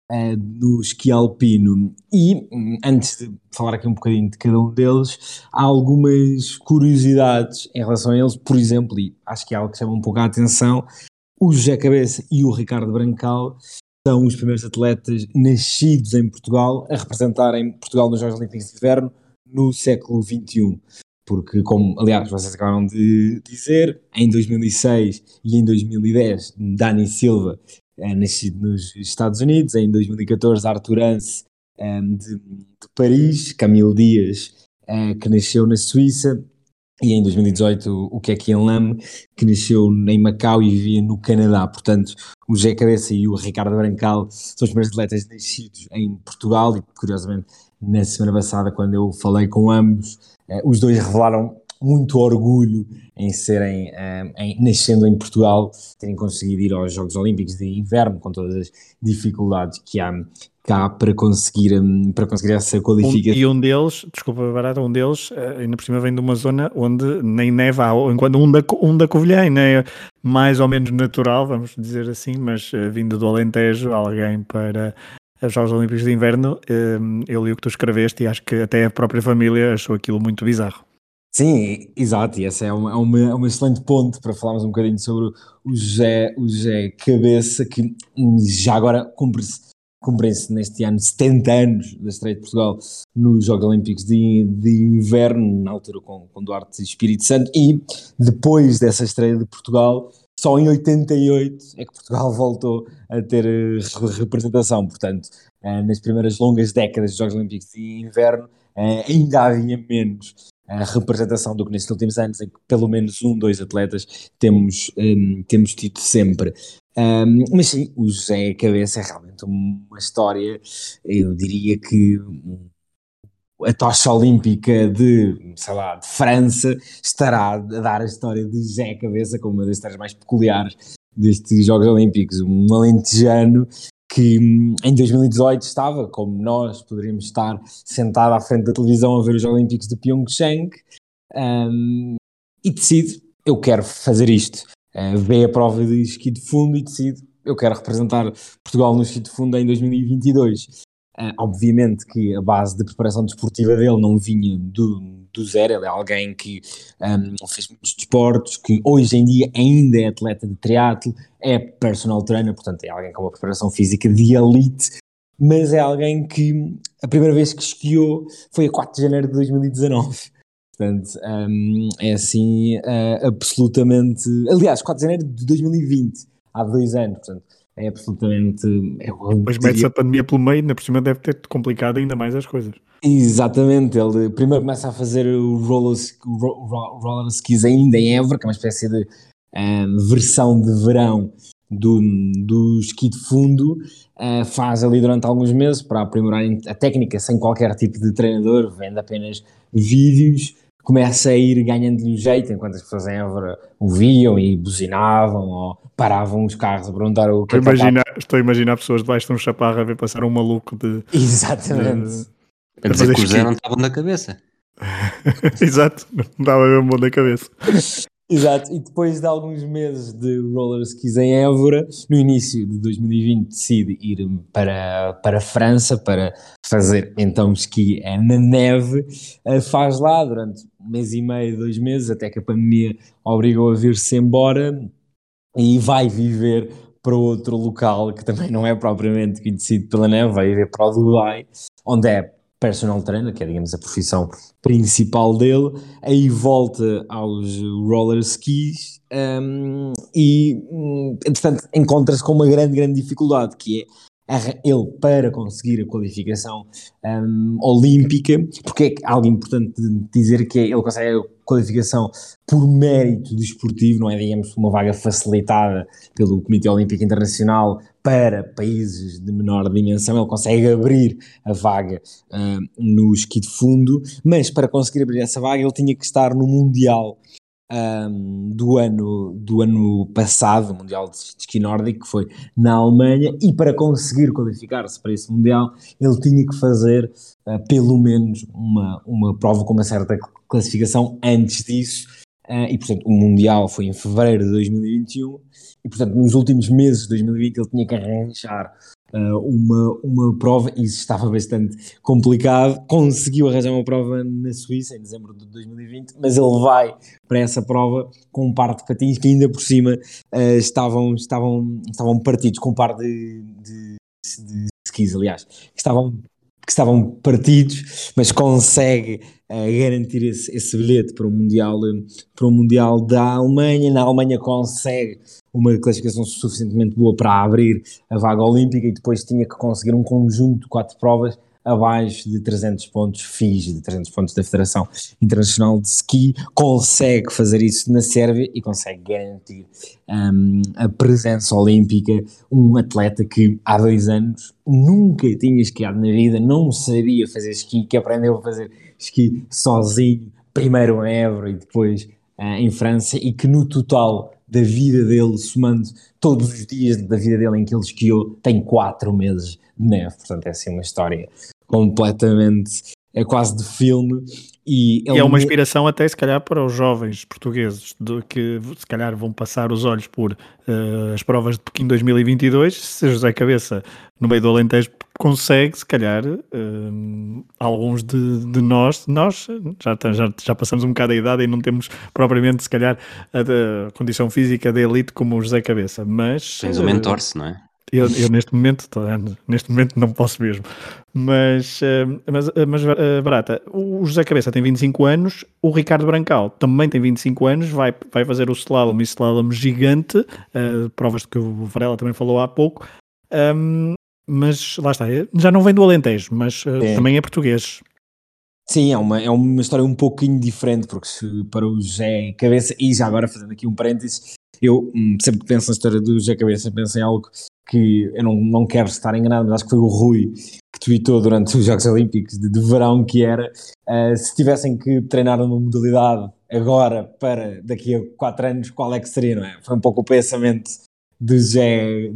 no esqui alpino. E, antes de falar aqui um bocadinho de cada um deles, há algumas curiosidades em relação a eles. Por exemplo, e acho que é algo que chama um pouco a atenção, o José Cabeça e o Ricardo Brancal são os primeiros atletas nascidos em Portugal a representarem Portugal nos Jogos Olímpicos de Inverno no século XXI. Porque, como, aliás, vocês acabaram de dizer, em 2006 e em 2010, Dani Silva, nascido nos Estados Unidos, em 2014, Arthur Rance, de Paris, Camilo Dias, que nasceu na Suíça, e em 2018 o Kekian Lam, que nasceu em Macau e vivia no Canadá. Portanto, o José Cabeça e o Ricardo Brancal são os primeiros atletas nascidos em Portugal, e curiosamente na semana passada, quando eu falei com ambos, os dois revelaram muito orgulho em serem, nascendo em Portugal, terem conseguido ir aos Jogos Olímpicos de Inverno, com todas as dificuldades que há para conseguir essa qualificação. E um deles, desculpa Barata, ainda por cima vem de uma zona onde nem neva, enquanto um da Covilhã ainda é mais ou menos natural, vamos dizer assim, mas vindo do Alentejo, alguém para os Jogos Olímpicos de Inverno, eu li o que tu escreveste e acho que até a própria família achou aquilo muito bizarro. Sim, exato, e essa é uma excelente ponte para falarmos um bocadinho sobre o José Cabeça, que já agora cumprem-se neste ano 70 anos da estreia de Portugal nos Jogos Olímpicos de Inverno, na altura com Duarte e Espírito Santo, e depois dessa estreia de Portugal, só em 88 é que Portugal voltou a ter representação. Portanto, nas primeiras longas décadas dos Jogos Olímpicos de Inverno, ainda havia menos representação do que nestes últimos anos, em que pelo menos dois atletas temos tido sempre. Mas sim, o José Cabeça é realmente uma história, eu diria que a tocha olímpica de França estará a dar a história de José Cabeça como uma das histórias mais peculiares destes Jogos Olímpicos. Um alentejano que em 2018 estava, como nós poderíamos estar, sentado à frente da televisão a ver os Jogos Olímpicos de Pyeongchang, e decide, eu quero fazer isto. Vê a prova de esqui de fundo e decide, eu quero representar Portugal no esqui de fundo em 2022. Obviamente que a base de preparação desportiva dele não vinha do zero, ele é alguém que fez muitos desportos, que hoje em dia ainda é atleta de triatlo, é personal trainer, portanto é alguém com uma preparação física de elite, mas é alguém que a primeira vez que esquiou foi a 4 de janeiro de 2019. Portanto, é assim, absolutamente... Aliás, 4 de janeiro de 2020, há 2 anos, portanto, é absolutamente... Depois mete-se a pandemia pelo meio, ainda por cima deve ter complicado ainda mais as coisas. Exatamente, ele primeiro começa a fazer o roller skis ainda em Évora, que é uma espécie de versão de verão do esqui de fundo, faz ali durante alguns meses para aprimorar a técnica sem qualquer tipo de treinador, vendo apenas vídeos, começa a ir ganhando-lhe o jeito, enquanto as pessoas em Évora o viam e buzinavam ou paravam os carros a perguntar o que Estou a imaginar pessoas debaixo de um chaparro a ver passar um maluco de... Exatamente. A dizer que o Zé não estava na cabeça. Exato, não estava mesmo bom na cabeça. Exato, e depois de alguns meses de roller skis em Évora, no início de 2020 decide ir para a França para fazer então esqui na neve, faz lá durante 1,5 mês, 2 meses, até que a pandemia obrigou a vir-se embora e vai viver para outro local que também não é propriamente conhecido pela neve, vai viver para o Dubai, onde é personal trainer, que é, digamos, a profissão principal dele, aí volta aos roller skis e, entretanto, encontra-se com uma grande dificuldade, que é ele para conseguir a qualificação olímpica, porque é algo importante de dizer que ele consegue a qualificação por mérito desportivo, não é, digamos, uma vaga facilitada pelo Comitê Olímpico Internacional para países de menor dimensão. Ele consegue abrir a vaga no esqui de fundo, mas para conseguir abrir essa vaga ele tinha que estar no Mundial do ano passado, o Mundial de Esqui Nórdico, que foi na Alemanha, e para conseguir qualificar-se para esse Mundial ele tinha que fazer pelo menos uma prova com uma certa classificação antes disso, e portanto o Mundial foi em fevereiro de 2021 e portanto nos últimos meses de 2020 ele tinha que arranjar uma prova, e isso estava bastante complicado. Conseguiu arranjar uma prova na Suíça em dezembro de 2020, mas ele vai para essa prova com um par de patins que ainda por cima estavam partidos, com um par de skis, aliás, que estavam partidos, mas consegue garantir esse bilhete para o Mundial da Alemanha. Na Alemanha consegue uma classificação suficientemente boa para abrir a vaga olímpica, e depois tinha que conseguir um conjunto de 4 provas abaixo de 300 pontos FIS, de 300 pontos da Federação Internacional de Ski. Consegue fazer isso na Sérvia e consegue garantir a presença olímpica. Um atleta que há 2 anos nunca tinha esquiado na vida, não sabia fazer esqui, que aprendeu a fazer esqui sozinho, primeiro em Évora e depois em França, e que no total da vida dele, somando todos os dias da vida dele em que ele esquiou, tem 4 meses de neve. Portanto é assim uma história completamente, é quase de filme, e é uma inspiração até se calhar para os jovens portugueses que se calhar vão passar os olhos por as provas de Pequim 2022. Se José Cabeça no meio do Alentejo consegue, se calhar alguns de nós já passamos um bocado a idade e não temos propriamente se calhar a condição física de elite como o José Cabeça, mas tens um mentor-se, não é? Eu neste momento não posso mesmo, mas Barata, o José Cabeça tem 25 anos, o Ricardo Brancal também tem 25 anos, vai fazer o slalom e slalom gigante, provas que o Varela também falou há pouco, mas lá está, já não vem do Alentejo, mas também é português. Sim, é uma história um pouquinho diferente, porque para o José Cabeça, e já agora fazendo aqui um parênteses, eu sempre que penso na história do José Cabeça penso em algo que eu não quero estar enganado, mas acho que foi o Rui que tweetou durante os Jogos Olímpicos de verão, que era se tivessem que treinar numa modalidade agora para daqui a 4 anos, qual é que seria, não é? Foi um pouco o pensamento do José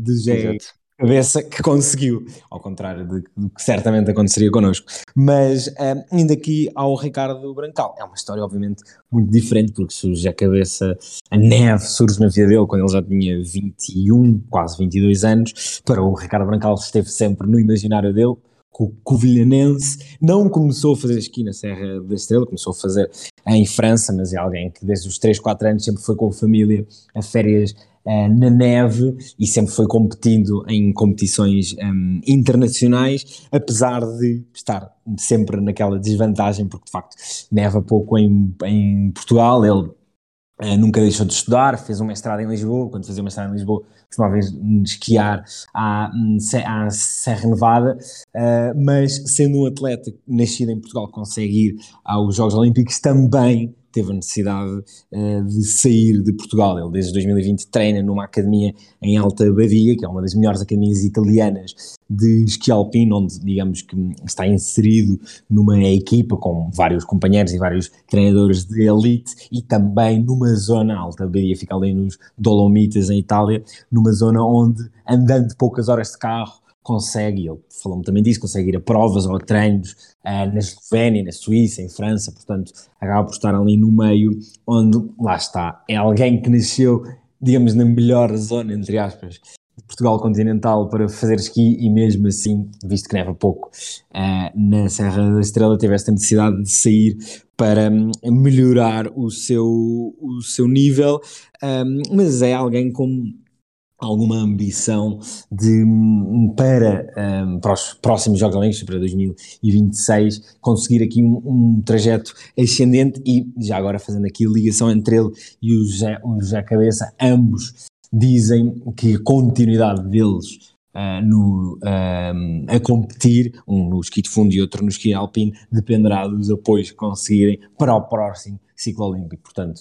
Cabeça, que conseguiu, ao contrário do que certamente aconteceria connosco. Mas indo aqui ao Ricardo Brancal, é uma história obviamente muito diferente, porque se o José Cabeça, a neve surge na vida dele quando ele já tinha 21, quase 22 anos, para o Ricardo Brancal esteve sempre no imaginário dele. O covilhanense não começou a fazer esqui na Serra da Estrela, começou a fazer em França, mas é alguém que desde os 3, 4 anos sempre foi com a família a férias na neve e sempre foi competindo em competições internacionais, apesar de estar sempre naquela desvantagem, porque de facto neva pouco em Portugal. Ele nunca deixou de estudar, fez um mestrado em Lisboa. Quando fazia o mestrado em Lisboa costumava esquiar à Serra Nevada, mas sendo um atleta nascido em Portugal que consegue ir aos Jogos Olímpicos, também teve a necessidade de sair de Portugal. Ele desde 2020 treina numa academia em Alta Badia, que é uma das melhores academias italianas de esqui alpino, onde digamos que está inserido numa equipa com vários companheiros e vários treinadores de elite, e também numa zona, Alta Badia fica ali nos Dolomitas em Itália, numa zona onde andando poucas horas de carro consegue, ele falou-me também disso, consegue ir a provas ou a treinos na Eslovénia, na Suíça, em França. Portanto acaba por estar ali no meio onde, lá está, é alguém que nasceu, digamos, na melhor zona, entre aspas, de Portugal continental para fazer esqui, e mesmo assim, visto que neva pouco na Serra da Estrela, teve esta necessidade de sair para melhorar o seu nível, mas é alguém com alguma ambição para os próximos Jogos Olímpicos, para 2026, conseguir aqui um trajeto ascendente. E já agora fazendo aqui a ligação entre ele e o José Cabeça, ambos dizem que a continuidade deles a competir, um no esqui de fundo e outro no esqui alpino, dependerá dos apoios que conseguirem para o próximo ciclo olímpico. Portanto,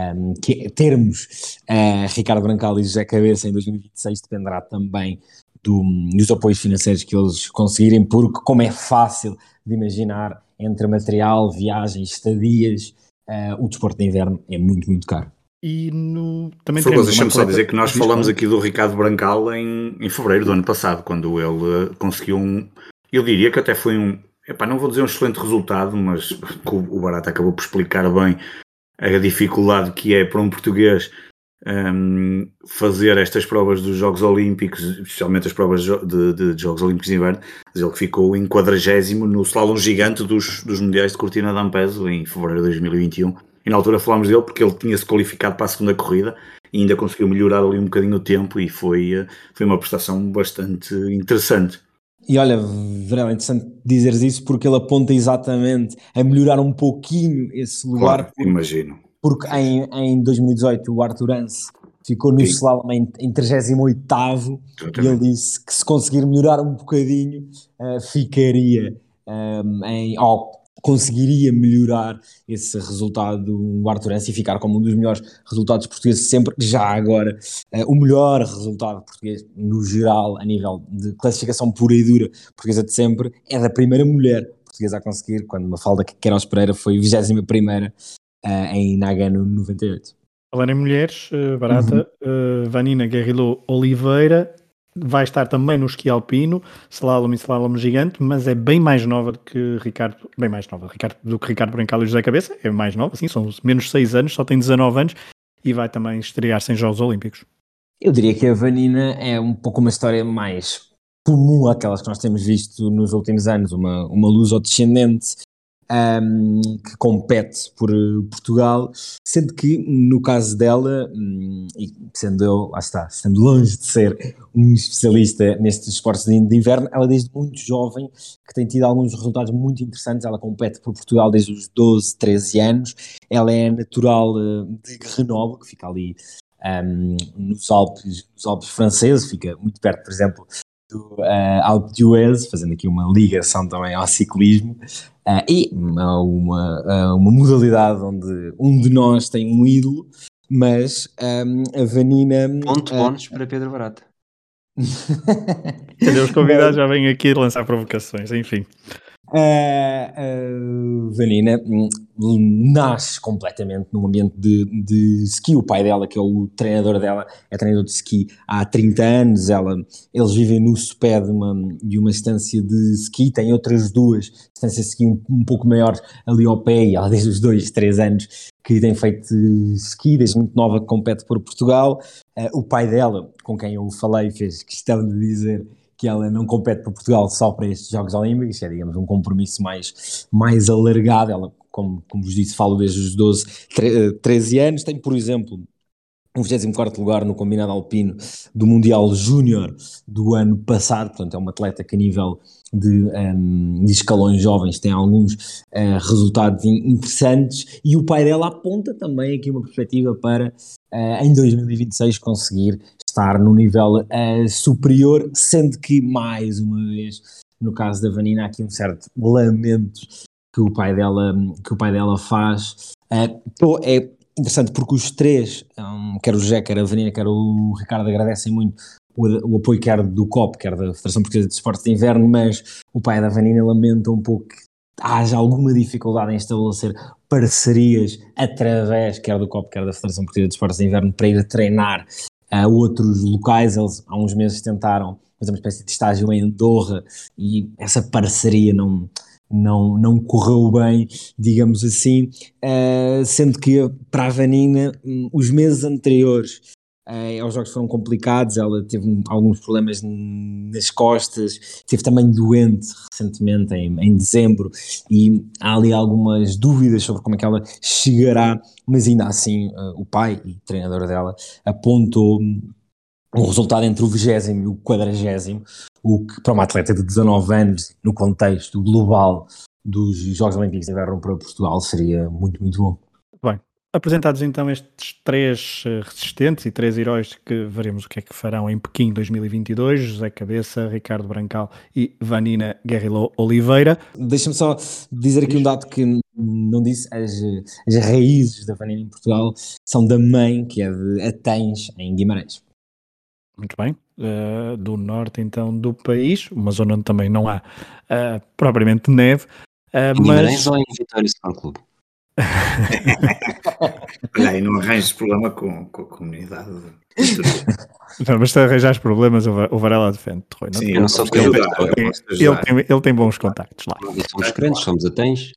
termos Ricardo Brancal e José Cabeça em 2026 dependerá também dos apoios financeiros que eles conseguirem, porque, como é fácil de imaginar, entre material, viagens, estadias, o desporto de inverno é muito, muito caro. E também deixa-me só dizer que nós falamos aqui do Ricardo Brancal em fevereiro do ano passado, quando ele conseguiu eu diria que até foi não vou dizer um excelente resultado, mas o Barata acabou por explicar bem a dificuldade que é para um português fazer estas provas dos Jogos Olímpicos, especialmente as provas de Jogos Olímpicos de Inverno. Ele que ficou em 40º no slalom gigante dos Mundiais de Cortina d'Ampezzo em fevereiro de 2021. E na altura falámos dele porque ele tinha-se qualificado para a segunda corrida e ainda conseguiu melhorar ali um bocadinho o tempo, e foi uma prestação bastante interessante. E olha, Varela, é interessante dizeres isso, porque ele aponta exatamente a melhorar um pouquinho esse lugar. Claro, imagino. Porque em 2018 o Arthur Rance ficou no slalom em 38º, e ele disse que se conseguir melhorar um bocadinho, ficaria conseguiria melhorar esse resultado do Arthur Rance e ficar como um dos melhores resultados portugueses sempre. Já agora, o melhor resultado português no geral, a nível de classificação pura e dura portuguesa de sempre, é da primeira mulher portuguesa a conseguir, quando Mafalda Queiroz Pereira foi 21ª em Nagano 98. Falando em mulheres, Barata, Vanina Guerrillo Oliveira vai estar também no esqui alpino, slalom e slalom gigante, mas é bem mais nova do que Ricardo Brancal e José Cabeça. É mais nova, sim, são menos 6 anos, só tem 19 anos, e vai também estrear-se em Jogos Olímpicos. Eu diria que a Vanina é um pouco uma história mais comum àquelas que nós temos visto nos últimos anos, uma luso-descendente que compete por Portugal, sendo que no caso dela, e sendo longe de ser um especialista nestes esportes de inverno, ela desde muito jovem que tem tido alguns resultados muito interessantes. Ela compete por Portugal desde os 12, 13 anos, ela é natural de Grenoble, que fica ali nos Alpes franceses, fica muito perto, por exemplo, do Alpe d'Huez, fazendo aqui uma ligação também ao ciclismo, e uma modalidade onde um de nós tem um ídolo, mas a Vanina... Bónus para Pedro Barata. Os convidados já vêm aqui lançar provocações, enfim. Vanina nasce completamente num ambiente de ski. O pai dela, que é o treinador dela, é treinador de ski há 30 anos. Eles vivem no sopé de uma estância de ski. Tem outras duas estâncias de ski um pouco maiores ali ao pé, e ela desde os 2, 3 anos que tem feito ski, desde muito nova que compete por Portugal. O pai dela, com quem eu falei, fez questão de dizer que ela não compete para Portugal só para estes Jogos Olímpicos, é, digamos, um compromisso mais alargado. Ela, como vos disse, falo desde os 12, 13 anos. Tem, por exemplo, um 24º lugar no combinado alpino do Mundial Júnior do ano passado. Portanto, é uma atleta que a nível de escalões jovens tem alguns resultados interessantes, e o pai dela aponta também aqui uma perspectiva para em 2026 conseguir estar no nível superior, sendo que, mais uma vez, no caso da Vanina, há aqui um certo lamento que o pai dela faz. É interessante porque os três, quer o José, quer a Vanina, quer o Ricardo, agradecem muito o apoio quer do COP, quer da Federação Portuguesa de Esportes de Inverno, mas o pai da Vanina lamenta um pouco que haja alguma dificuldade em estabelecer parcerias através, quer do COP, quer da Federação Portuguesa de Esportes de Inverno, para ir treinar a outros locais. Eles há uns meses tentaram fazer uma espécie de estágio em Andorra e essa parceria não correu bem, digamos assim, sendo que para a Vanina os meses anteriores aos jogos foram complicados. Ela teve alguns problemas nas costas, esteve também doente recentemente em dezembro, e há ali algumas dúvidas sobre como é que ela chegará, mas ainda assim o pai e treinador dela apontou um resultado entre o 20º e o 40º, o que para uma atleta de 19 anos, no contexto global dos Jogos Olímpicos de Inverno para Portugal, seria muito, muito bom. Bem, Apresentados então estes 3 resistentes e 3 heróis que veremos o que é que farão em Pequim 2022, José Cabeça, Ricardo Brancal e Vanina Guerrilo Oliveira. Deixa-me só dizer aqui um dado que não disse, as raízes da Vanina em Portugal são da mãe, que é de Atens, em Guimarães. Muito bem, do norte então do país, uma zona onde também não há propriamente neve. Em Guimarães ou em Vitória Sport Clube? Olha aí, não arranjes problema com a comunidade. Não, mas se arranjares problemas, o Varela defende. Rui, Sim, eu não sou ele tem bons contactos lá. Somos crentes, somos Atens.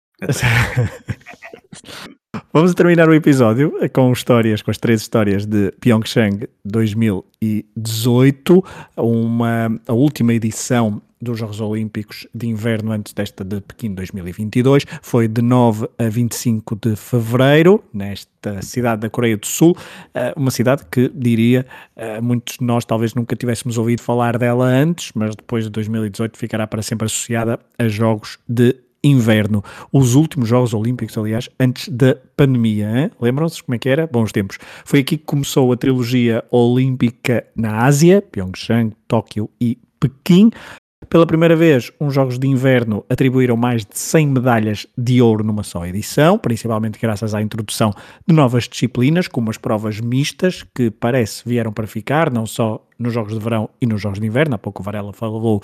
Vamos terminar o episódio com as 3 histórias de Pyeongchang 2018, a última edição dos Jogos Olímpicos de Inverno antes desta de Pequim 2022, foi de 9 a 25 de fevereiro, nesta cidade da Coreia do Sul, uma cidade que, diria, muitos de nós talvez nunca tivéssemos ouvido falar dela antes, mas depois de 2018 ficará para sempre associada a Jogos de Inverno. Os últimos Jogos Olímpicos, aliás, antes da pandemia. Hein? Lembram-se como é que era? Bons tempos. Foi aqui que começou a trilogia olímpica na Ásia, Pyeongchang, Tóquio e Pequim. Pela primeira vez, os Jogos de Inverno atribuíram mais de 100 medalhas de ouro numa só edição, principalmente graças à introdução de novas disciplinas, como as provas mistas, que parece vieram para ficar, não só nos Jogos de Verão e nos Jogos de Inverno, há pouco o Varela falou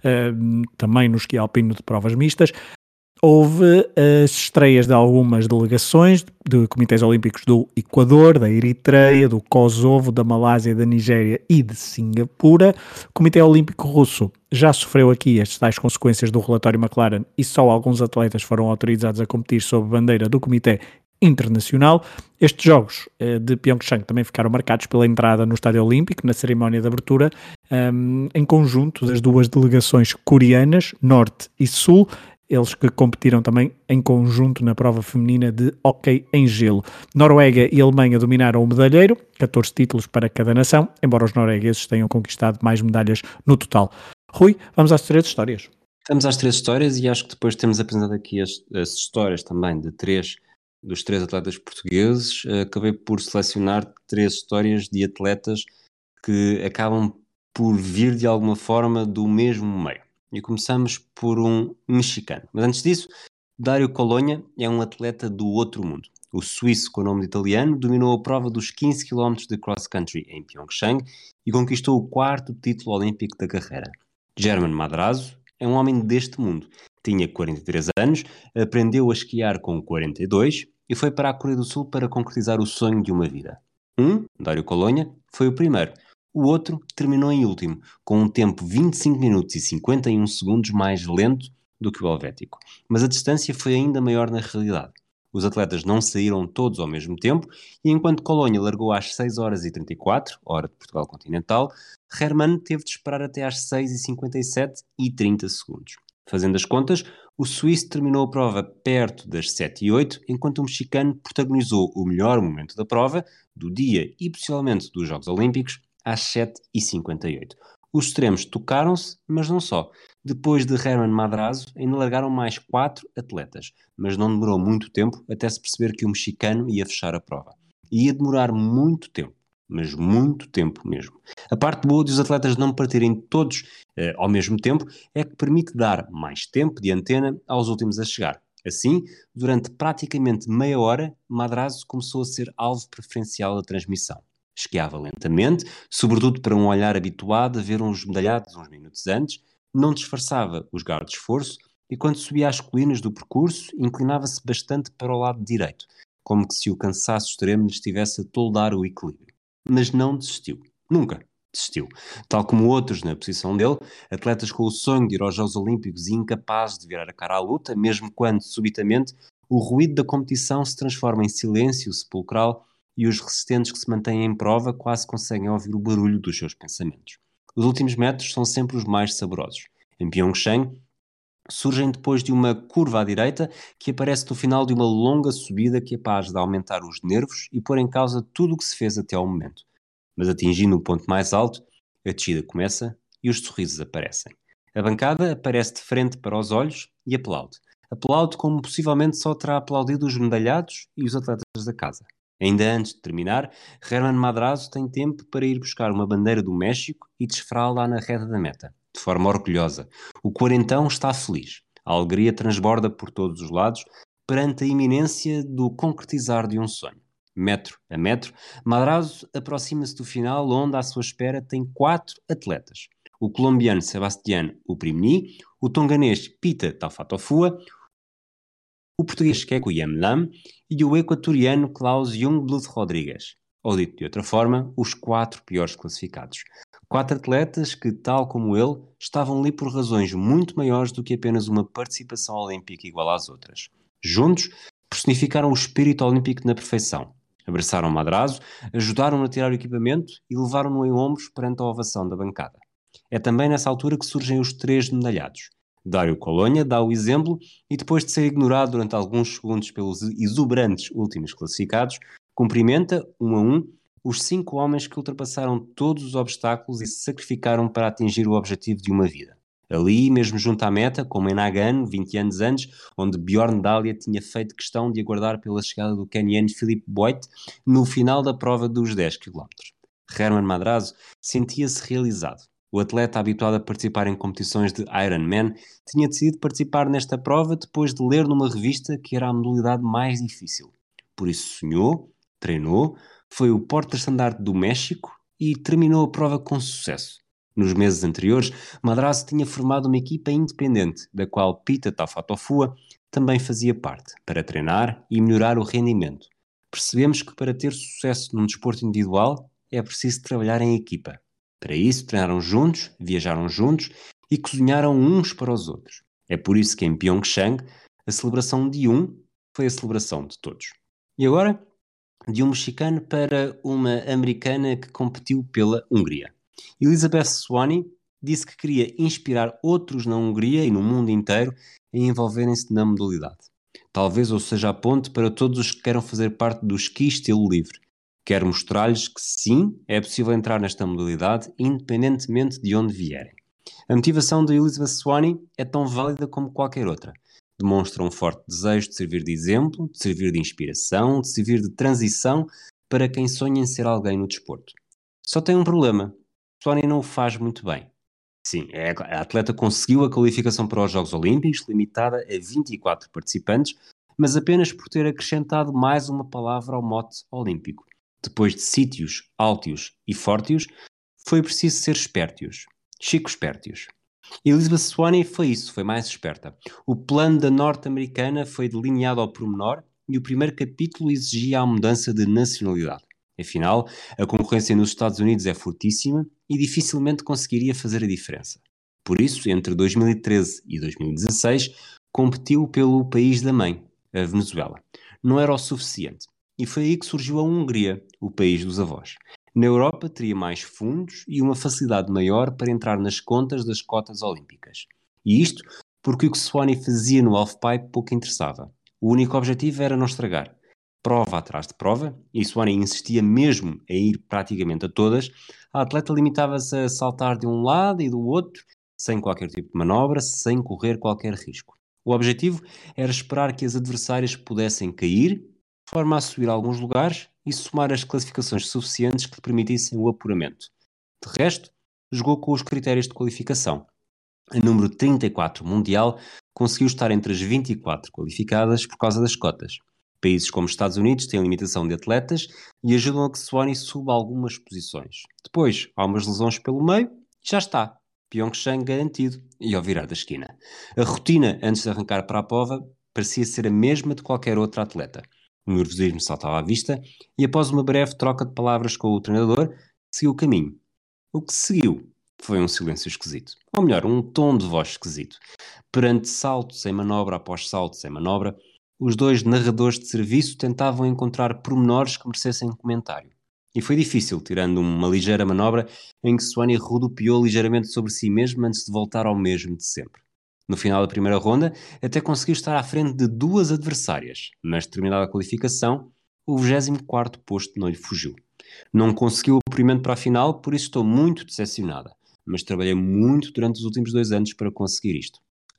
também no esqui alpino de provas mistas. Houve as estreias de algumas delegações de comitês olímpicos do Equador, da Eritreia, do Kosovo, da Malásia, da Nigéria e de Singapura. O Comitê Olímpico Russo já sofreu aqui as tais consequências do relatório McLaren e só alguns atletas foram autorizados a competir sob bandeira do Comitê Internacional. Estes Jogos de Pyeongchang também ficaram marcados pela entrada no Estádio Olímpico, na cerimónia de abertura, em conjunto das duas delegações coreanas, Norte e Sul, eles que competiram também em conjunto na prova feminina de hóquei em gelo. Noruega e Alemanha dominaram o medalheiro, 14 títulos para cada nação, embora os noruegueses tenham conquistado mais medalhas no total. Rui, vamos às 3 histórias. Vamos às 3 histórias e acho que depois temos apresentado aqui as histórias também dos 3 atletas portugueses. Acabei por selecionar 3 histórias de atletas que acabam por vir de alguma forma do mesmo meio. E começamos por um mexicano. Mas antes disso, Dario Cologna é um atleta do outro mundo. O suíço com nome de italiano dominou a prova dos 15 km de cross-country em Pyeongchang e conquistou o 4º título olímpico da carreira. German Madrazo é um homem deste mundo. Tinha 43 anos, aprendeu a esquiar com 42 e foi para a Coreia do Sul para concretizar o sonho de uma vida. Dario Cologna, foi o primeiro. O outro terminou em último, com um tempo 25 minutos e 51 segundos mais lento do que o helvético. Mas a distância foi ainda maior na realidade. Os atletas não saíram todos ao mesmo tempo e enquanto Cologna largou às 6 horas e 34, hora de Portugal continental, Hermann teve de esperar até às 6h57 e 30 segundos. Fazendo as contas, o suíço terminou a prova perto das 7h08, enquanto o mexicano protagonizou o melhor momento da prova, do dia e possivelmente dos Jogos Olímpicos, às 7h58. Os extremos tocaram-se, mas não só. Depois de Herman Madrazo, ainda largaram mais 4 atletas, mas não demorou muito tempo até se perceber que o mexicano ia fechar a prova. E ia demorar muito tempo, mas muito tempo mesmo. A parte boa de os atletas não partirem todos ao mesmo tempo é que permite dar mais tempo de antena aos últimos a chegar. Assim, durante praticamente meia hora, Madrazo começou a ser alvo preferencial da transmissão. Esquiava lentamente, sobretudo para um olhar habituado a ver uns medalhados uns minutos antes, não disfarçava os garros de esforço e quando subia as colinas do percurso inclinava-se bastante para o lado direito, como que se o cansaço extremo lhe estivesse a toldar o equilíbrio. Mas não desistiu. Nunca desistiu. Tal como outros na posição dele, atletas com o sonho de ir aos Jogos Olímpicos e incapazes de virar a cara à luta, mesmo quando, subitamente, o ruído da competição se transforma em silêncio sepulcral e os resistentes que se mantêm em prova quase conseguem ouvir o barulho dos seus pensamentos. Os últimos metros são sempre os mais saborosos. Em Pyeongchang, surgem depois de uma curva à direita que aparece no final de uma longa subida capaz de aumentar os nervos e pôr em causa tudo o que se fez até ao momento. Mas atingindo o ponto mais alto, a descida começa e os sorrisos aparecem. A bancada aparece de frente para os olhos e aplaude. aplaude como possivelmente só terá aplaudido os medalhados e os atletas da casa. Ainda antes de terminar, Germán Madrazo tem tempo para ir buscar uma bandeira do México e desfrá-la na reta da meta, de forma orgulhosa. O quarentão está feliz. A alegria transborda por todos os lados perante a iminência do concretizar de um sonho. Metro a metro, Madrazo aproxima-se do final, onde à sua espera tem 4 atletas. O colombiano Sebastián Uprimni, o tonganês Pita Tafatofua, o português Keiko Yamlam e o equatoriano Klaus Jungblut Rodrigues. Ou dito de outra forma, os 4 piores classificados. 4 atletas que, tal como ele, estavam ali por razões muito maiores do que apenas uma participação olímpica igual às outras. Juntos, personificaram o espírito olímpico na perfeição. Abraçaram Madrazo, ajudaram-no a tirar o equipamento e levaram-no em ombros perante a ovação da bancada. É também nessa altura que surgem os 3 medalhados. Dário Colonha dá o exemplo e, depois de ser ignorado durante alguns segundos pelos exuberantes últimos classificados, cumprimenta, 1 a 1, os 5 homens que ultrapassaram todos os obstáculos e se sacrificaram para atingir o objetivo de uma vida. Ali, mesmo junto à meta, como em Nagano, 20 anos antes, onde Bjorn Dahlia tinha feito questão de aguardar pela chegada do queniano Philip Boyd no final da prova dos 10 km. Germán Madrazo sentia-se realizado. O atleta habituado a participar em competições de Ironman tinha decidido participar nesta prova depois de ler numa revista que era a modalidade mais difícil. Por isso sonhou, treinou, foi o porta-estandarte do México e terminou a prova com sucesso. Nos meses anteriores, Madrazo tinha formado uma equipa independente, da qual Pita Tafatofua também fazia parte, para treinar e melhorar o rendimento. Percebemos que para ter sucesso num desporto individual é preciso trabalhar em equipa. Para isso, treinaram juntos, viajaram juntos e cozinharam uns para os outros. É por isso que em Pyeongchang, a celebração de um foi a celebração de todos. E agora, de um mexicano para uma americana que competiu pela Hungria. Elizabeth Swaney disse que queria inspirar outros na Hungria e no mundo inteiro a envolverem-se na modalidade. Talvez ou seja a ponte para todos os que queiram fazer parte do esqui estilo livre. Quero mostrar-lhes que sim, é possível entrar nesta modalidade independentemente de onde vierem. A motivação de Elizabeth Swaney é tão válida como qualquer outra. Demonstra um forte desejo de servir de exemplo, de servir de inspiração, de servir de transição para quem sonha em ser alguém no desporto. Só tem um problema. Swaney não o faz muito bem. Sim, a atleta conseguiu a qualificação para os Jogos Olímpicos, limitada a 24 participantes, mas apenas por ter acrescentado mais uma palavra ao mote olímpico. Depois de sítios, altios e fortios, foi preciso ser espertios. Chico Espertios. Elizabeth Swaney foi isso, foi mais esperta. O plano da norte-americana foi delineado ao pormenor e o primeiro capítulo exigia a mudança de nacionalidade. Afinal, a concorrência nos Estados Unidos é fortíssima e dificilmente conseguiria fazer a diferença. Por isso, entre 2013 e 2016, competiu pelo país da mãe, a Venezuela. Não era o suficiente. E foi aí que surgiu a Hungria, o país dos avós. Na Europa teria mais fundos e uma facilidade maior para entrar nas contas das cotas olímpicas. E isto porque o que Swaney fazia no halfpipe pouco interessava. O único objetivo era não estragar. Prova atrás de prova, e Swaney insistia mesmo em ir praticamente a todas, a atleta limitava-se a saltar de um lado e do outro, sem qualquer tipo de manobra, sem correr qualquer risco. O objetivo era esperar que as adversárias pudessem cair, de forma a subir alguns lugares e somar as classificações suficientes que lhe permitissem o apuramento. De resto, jogou com os critérios de qualificação. A número 34 mundial conseguiu estar entre as 24 qualificadas por causa das cotas. Países como Estados Unidos têm limitação de atletas e ajudam a que Swaney suba algumas posições. Depois, há umas lesões pelo meio e já está. Pyeongchang garantido e ao virar da esquina. A rotina antes de arrancar para a prova parecia ser a mesma de qualquer outra atleta. O nervosismo saltava à vista e após uma breve troca de palavras com o treinador, seguiu o caminho. O que seguiu foi um silêncio esquisito. Ou melhor, um tom de voz esquisito. Perante salto sem manobra após salto sem manobra, os dois narradores de serviço tentavam encontrar pormenores que merecessem comentário. E foi difícil, tirando uma ligeira manobra em que Swaney rodopiou ligeiramente sobre si mesmo antes de voltar ao mesmo de sempre. No final da primeira ronda, até conseguiu estar à frente de 2 adversárias, mas terminada a qualificação, o 24º posto não lhe fugiu. Não conseguiu o apuramento para a final, por isso estou muito decepcionada, mas trabalhei muito durante os últimos 2 anos para conseguir isto.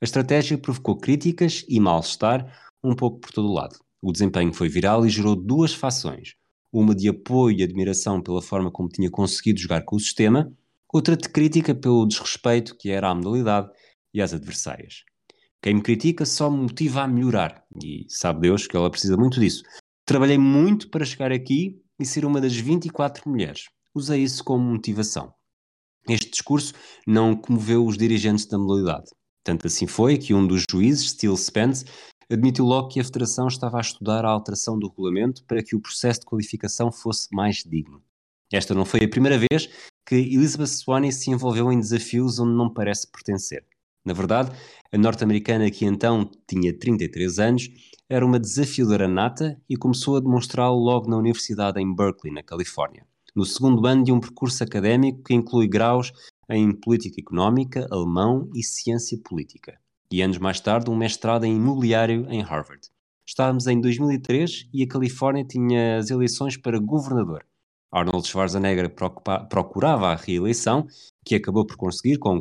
A estratégia provocou críticas e mal-estar um pouco por todo o lado. O desempenho foi viral e gerou duas fações. Uma de apoio e admiração pela forma como tinha conseguido jogar com o sistema, outra de crítica pelo desrespeito que era à modalidade e às adversárias. Quem me critica só me motiva a melhorar, e sabe Deus que ela precisa muito disso. Trabalhei muito para chegar aqui e ser uma das 24 mulheres. Usei isso como motivação. Este discurso não comoveu os dirigentes da modalidade. Tanto assim foi que um dos juízes, Steele Spence, admitiu logo que a Federação estava a estudar a alteração do regulamento para que o processo de qualificação fosse mais digno. Esta não foi a primeira vez que Elizabeth Swaney se envolveu em desafios onde não parece pertencer. Na verdade, a norte-americana, que então tinha 33 anos, era uma desafiadora nata e começou a demonstrá-lo logo na Universidade em Berkeley, na Califórnia, no segundo ano de um percurso académico que inclui graus em Política Económica, Alemão e Ciência Política. E anos mais tarde, um mestrado em Imobiliário em Harvard. Estávamos em 2003 e a Califórnia tinha as eleições para governador. Arnold Schwarzenegger procurava a reeleição, que acabou por conseguir com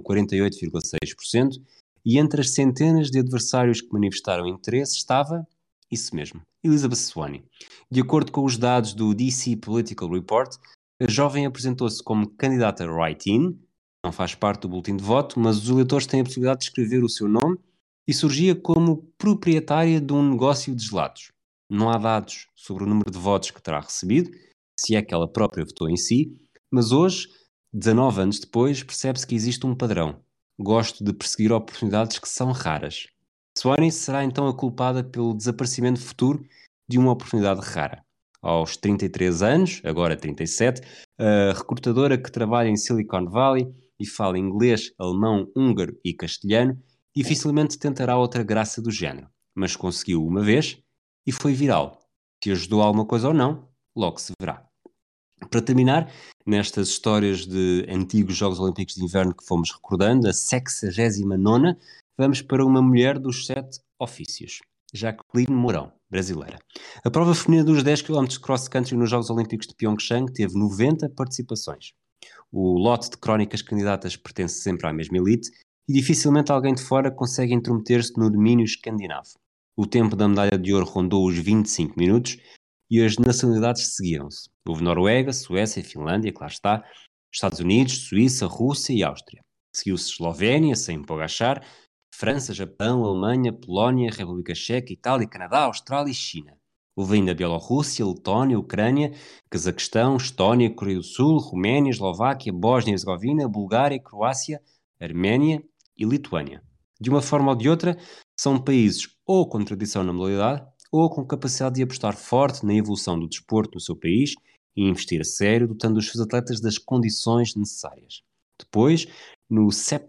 48,6%, e entre as centenas de adversários que manifestaram interesse estava, isso mesmo, Elizabeth Swaney. De acordo com os dados do DC Political Report, a jovem apresentou-se como candidata write-in, não faz parte do boletim de voto, mas os eleitores têm a possibilidade de escrever o seu nome e surgia como proprietária de um negócio de gelados. Não há dados sobre o número de votos que terá recebido, se é que ela própria votou em si, mas hoje, 19 anos depois, percebe-se que existe um padrão. Gosto de perseguir oportunidades que são raras. Swaney será então a culpada pelo desaparecimento futuro de uma oportunidade rara. Aos 33 anos, agora 37, a recrutadora que trabalha em Silicon Valley e fala inglês, alemão, húngaro e castelhano, dificilmente tentará outra graça do género, mas conseguiu uma vez e foi viral. Se ajudou a alguma coisa ou não, logo se verá. Para terminar, nestas histórias de antigos Jogos Olímpicos de Inverno que fomos recordando, a 69ª, vamos para uma mulher dos 7 ofícios, Jacqueline Mourão, brasileira. A prova feminina dos 10 km de cross-country nos Jogos Olímpicos de Pyeongchang teve 90 participações. O lote de crónicas candidatas pertence sempre à mesma elite e dificilmente alguém de fora consegue intrometer-se no domínio escandinavo. O tempo da medalha de ouro rondou os 25 minutos e as nacionalidades seguiram-se. Houve Noruega, Suécia, Finlândia, que lá está, Estados Unidos, Suíça, Rússia e Áustria. Seguiu-se Eslovénia, sem Pogačar, França, Japão, Alemanha, Polónia, República Checa, Itália, Canadá, Austrália e China. Houve ainda Bielorrússia, Letónia, Ucrânia, Cazaquistão, Estónia, Coreia do Sul, Roménia, Eslováquia, Bósnia e Herzegovina, Bulgária, Croácia, Arménia e Lituânia. De uma forma ou de outra, são países ou com tradição na modalidade ou com capacidade de apostar forte na evolução do desporto no seu país e investir a sério, dotando os seus atletas das condições necessárias. Depois, no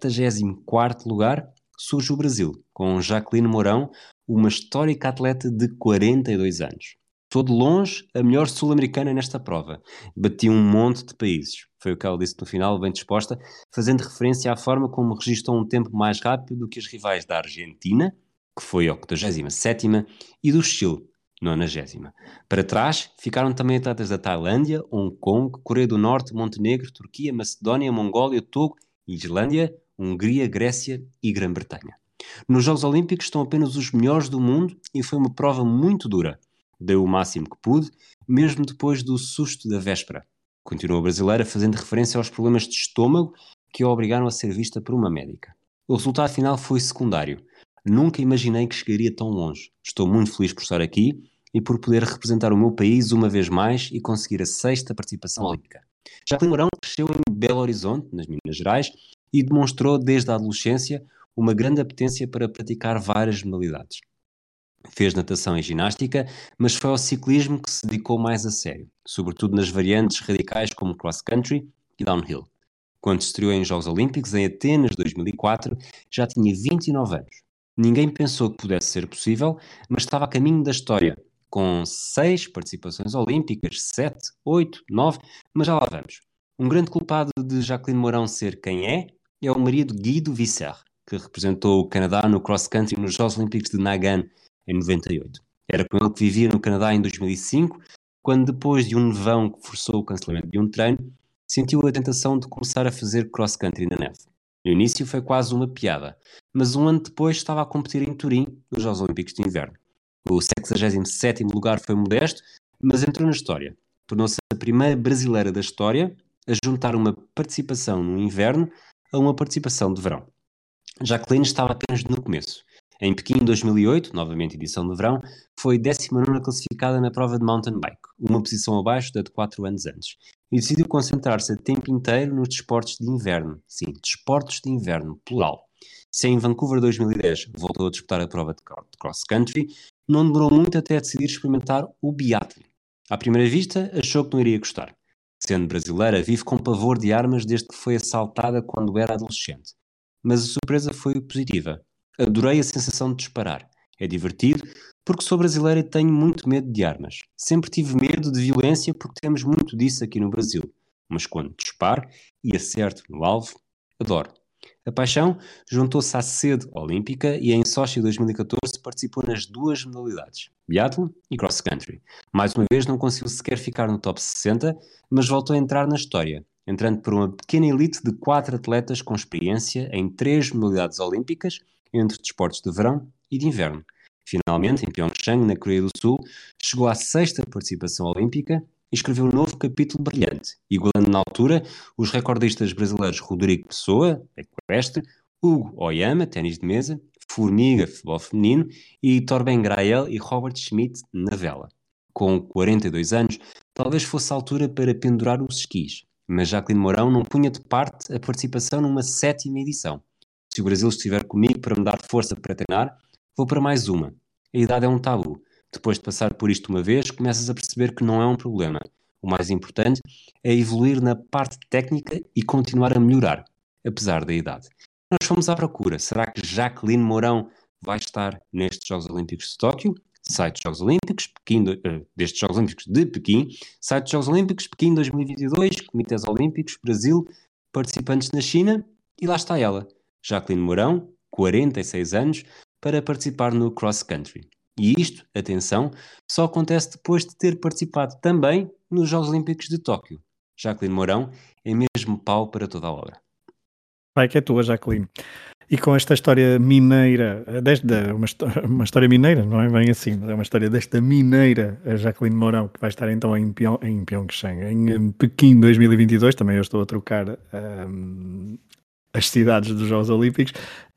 74º lugar, surge o Brasil, com Jacqueline Mourão, uma histórica atleta de 42 anos. Estou de longe a melhor sul-americana nesta prova. Bati um monte de países. Foi o que ela disse no final, bem disposta, fazendo referência à forma como registrou um tempo mais rápido do que os rivais da Argentina, que foi a 87ª, e do Chile, 90ª. Para trás ficaram também atletas da Tailândia, Hong Kong, Coreia do Norte, Montenegro, Turquia, Macedónia, Mongólia, Togo, Islândia, Hungria, Grécia e Grã-Bretanha. Nos Jogos Olímpicos estão apenas os melhores do mundo e foi uma prova muito dura. Deu o máximo que pude, mesmo depois do susto da véspera. Continuou a brasileira fazendo referência aos problemas de estômago que a obrigaram a ser vista por uma médica. O resultado final foi secundário. Nunca imaginei que chegaria tão longe. Estou muito feliz por estar aqui e por poder representar o meu país uma vez mais e conseguir a 6ª participação olímpica. Jacqueline Mourão cresceu em Belo Horizonte, nas Minas Gerais, e demonstrou desde a adolescência uma grande apetência para praticar várias modalidades. Fez natação e ginástica, mas foi ao ciclismo que se dedicou mais a sério, sobretudo nas variantes radicais como cross-country e downhill. Quando se estreou em Jogos Olímpicos, em Atenas 2004, já tinha 29 anos. Ninguém pensou que pudesse ser possível, mas estava a caminho da história, com 6 participações olímpicas, 7, 8, 9, mas já lá vamos. Um grande culpado de Jacqueline Mourão ser quem é o marido Guido Visser, que representou o Canadá no cross-country nos Jogos Olímpicos de Nagano, em 98. Era com ele que vivia no Canadá em 2005, quando depois de um nevão que forçou o cancelamento de um treino, sentiu a tentação de começar a fazer cross-country na neve. No início foi quase uma piada, mas um ano depois estava a competir em Turim, nos Jogos Olímpicos de Inverno. O 67º lugar foi modesto, mas entrou na história. Tornou-se a primeira brasileira da história a juntar uma participação no inverno a uma participação de verão. Jacqueline estava apenas no começo. Em Pequim 2008, novamente edição de verão, foi 19ª classificada na prova de mountain bike, uma posição abaixo da de 4 anos antes, e decidiu concentrar-se a tempo inteiro nos desportos de inverno. Sim, desportos de inverno, plural. Se em Vancouver 2010 voltou a disputar a prova de cross-country, não demorou muito até decidir experimentar o biatlo. À primeira vista, achou que não iria gostar. Sendo brasileira, vive com pavor de armas desde que foi assaltada quando era adolescente. Mas a surpresa foi positiva. Adorei a sensação de disparar. É divertido porque sou brasileira e tenho muito medo de armas. Sempre tive medo de violência porque temos muito disso aqui no Brasil. Mas quando disparo e acerto no alvo, adoro. A paixão juntou-se à sede olímpica e em Sochi 2014 participou nas duas modalidades, biatlo e cross-country. Mais uma vez não conseguiu sequer ficar no top 60, mas voltou a entrar na história, entrando por uma pequena elite de 4 atletas com experiência em 3 modalidades olímpicas, entre desportos de verão e de inverno. Finalmente, em Pyeongchang, na Coreia do Sul, chegou à 6ª participação olímpica e escreveu um novo capítulo brilhante, igualando na altura os recordistas brasileiros Rodrigo Pessoa, equestre, Hugo Oyama, ténis de mesa, Formiga, futebol feminino, e Torben Grael e Robert Schmidt, na vela. Com 42 anos, talvez fosse a altura para pendurar os esquis, mas Jacqueline Mourão não punha de parte a participação numa 7ª edição. Se o Brasil estiver comigo para me dar força para treinar, vou para mais uma. A idade é um tabu. Depois de passar por isto uma vez, começas a perceber que não é um problema. O mais importante é evoluir na parte técnica e continuar a melhorar, apesar da idade. Nós fomos à procura. Será que Jacqueline Mourão vai estar nestes Jogos Olímpicos de Tóquio? Site dos Jogos Olímpicos, destes Jogos Olímpicos de Pequim. Site dos Jogos Olímpicos, Pequim 2022, Comitês Olímpicos, Brasil, participantes na China. E lá está ela, Jacqueline Mourão, 46 anos, para participar no cross-country. E isto, atenção, só acontece depois de ter participado também nos Jogos Olímpicos de Tóquio. Jacqueline Mourão é mesmo pau para toda a obra. Vai que é tua, Jacqueline. E com esta história mineira, uma história mineira, não é bem assim, é uma história desta mineira, a Jacqueline Mourão, que vai estar então em Pyeongchang, em Pequim 2022, também eu estou a trocar as cidades dos Jogos Olímpicos,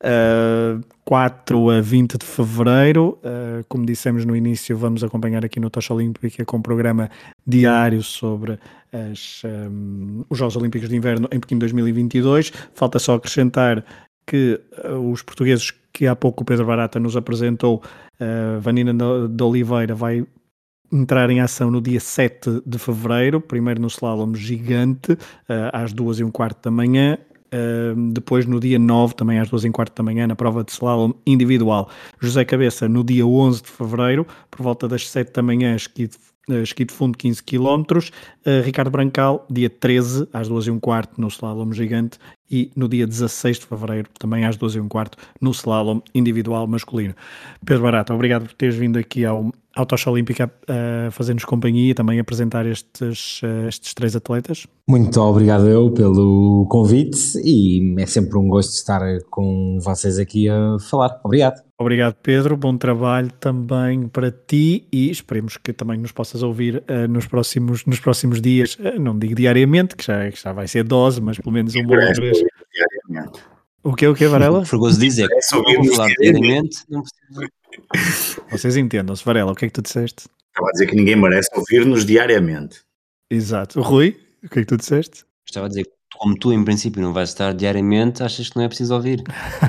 4 a 20 de fevereiro, como dissemos no início, vamos acompanhar aqui no Tocha Olímpica com um programa diário sobre os Jogos Olímpicos de Inverno em Pequim 2022. Falta só acrescentar que os portugueses que há pouco o Pedro Barata nos apresentou, Vanina de Oliveira vai entrar em ação no dia 7 de fevereiro, primeiro no slalom gigante, às 2h15 da manhã, depois no dia 9, também às 2h15 da manhã, na prova de slalom individual. José Cabeça no dia 11 de fevereiro, por volta das 7 da manhã, esqui de fundo 15 km, Ricardo Brancal, dia 13, às 2h15 no slalom gigante, e no dia 16 de fevereiro, também às 2h15 no slalom individual masculino. Pedro Barata, obrigado por teres vindo aqui ao Tocha Olímpica a fazer-nos companhia e também apresentar estes 3 atletas. Muito obrigado eu pelo convite e é sempre um gosto estar com vocês aqui a falar. Obrigado. Obrigado, Pedro. Bom trabalho também para ti e esperemos que também nos possas ouvir nos próximos dias. Não digo diariamente, que já vai ser dose, mas pelo menos uma outra vez. Diariamente. O que, Varela? O Fregoso diz é que se não falar diariamente, não precisa. Vocês entendam-se, Varela, o que é que tu disseste? Estava a dizer que ninguém merece ouvir-nos diariamente. Exato. Rui, o que é que tu disseste? Estava a dizer que como tu em princípio não vais estar diariamente, achas que não é preciso ouvir?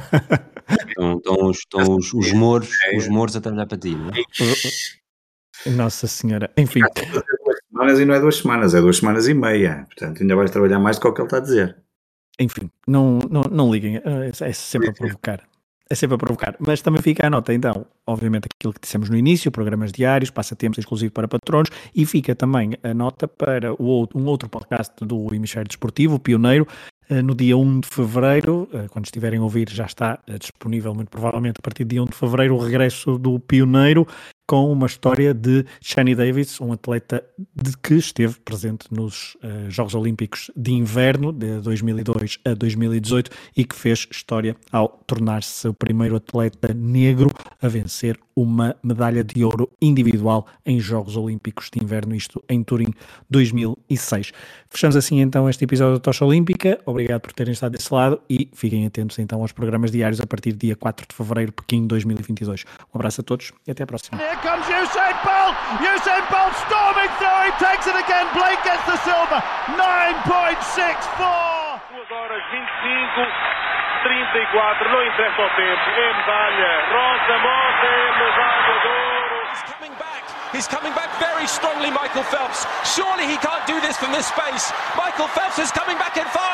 Estão os mouros a trabalhar para ti, não é? Nossa Senhora, enfim. 2 semanas e não é 2 semanas, é 2 semanas e meia. Portanto, ainda vais trabalhar mais do que o que ele está a dizer. Enfim, não liguem, é sempre a provocar. É sempre a provocar, mas também fica a nota então, obviamente aquilo que dissemos no início, programas diários, passatempos exclusivos para patronos, e fica também a nota para um outro podcast do Hemisfério Desportivo, o Pioneiro, no dia 1 de fevereiro. Quando estiverem a ouvir, já está disponível, muito provavelmente, a partir de dia 1 de fevereiro, o regresso do Pioneiro, com uma história de Shani Davis, um atleta que esteve presente nos Jogos Olímpicos de Inverno, de 2002 a 2018, e que fez história ao tornar-se o primeiro atleta negro a vencer uma medalha de ouro individual em Jogos Olímpicos de Inverno, isto em Turim 2006. Fechamos assim então este episódio da Tocha Olímpica. Obrigado por terem estado desse lado e fiquem atentos então aos programas diários a partir do dia 4 de fevereiro, Pequim 2022. Um abraço a todos e até à próxima. Here comes Usain Bolt! Usain Bolt storming through, he takes it again, Blake gets the silver, 9.64! 2 horas 25, 34, não interessa o tempo, é medalha, Rosa Mota é medalha de ouro. He's coming back very strongly, Michael Phelps. Surely he can't do this from this space. Michael Phelps is coming back in 5.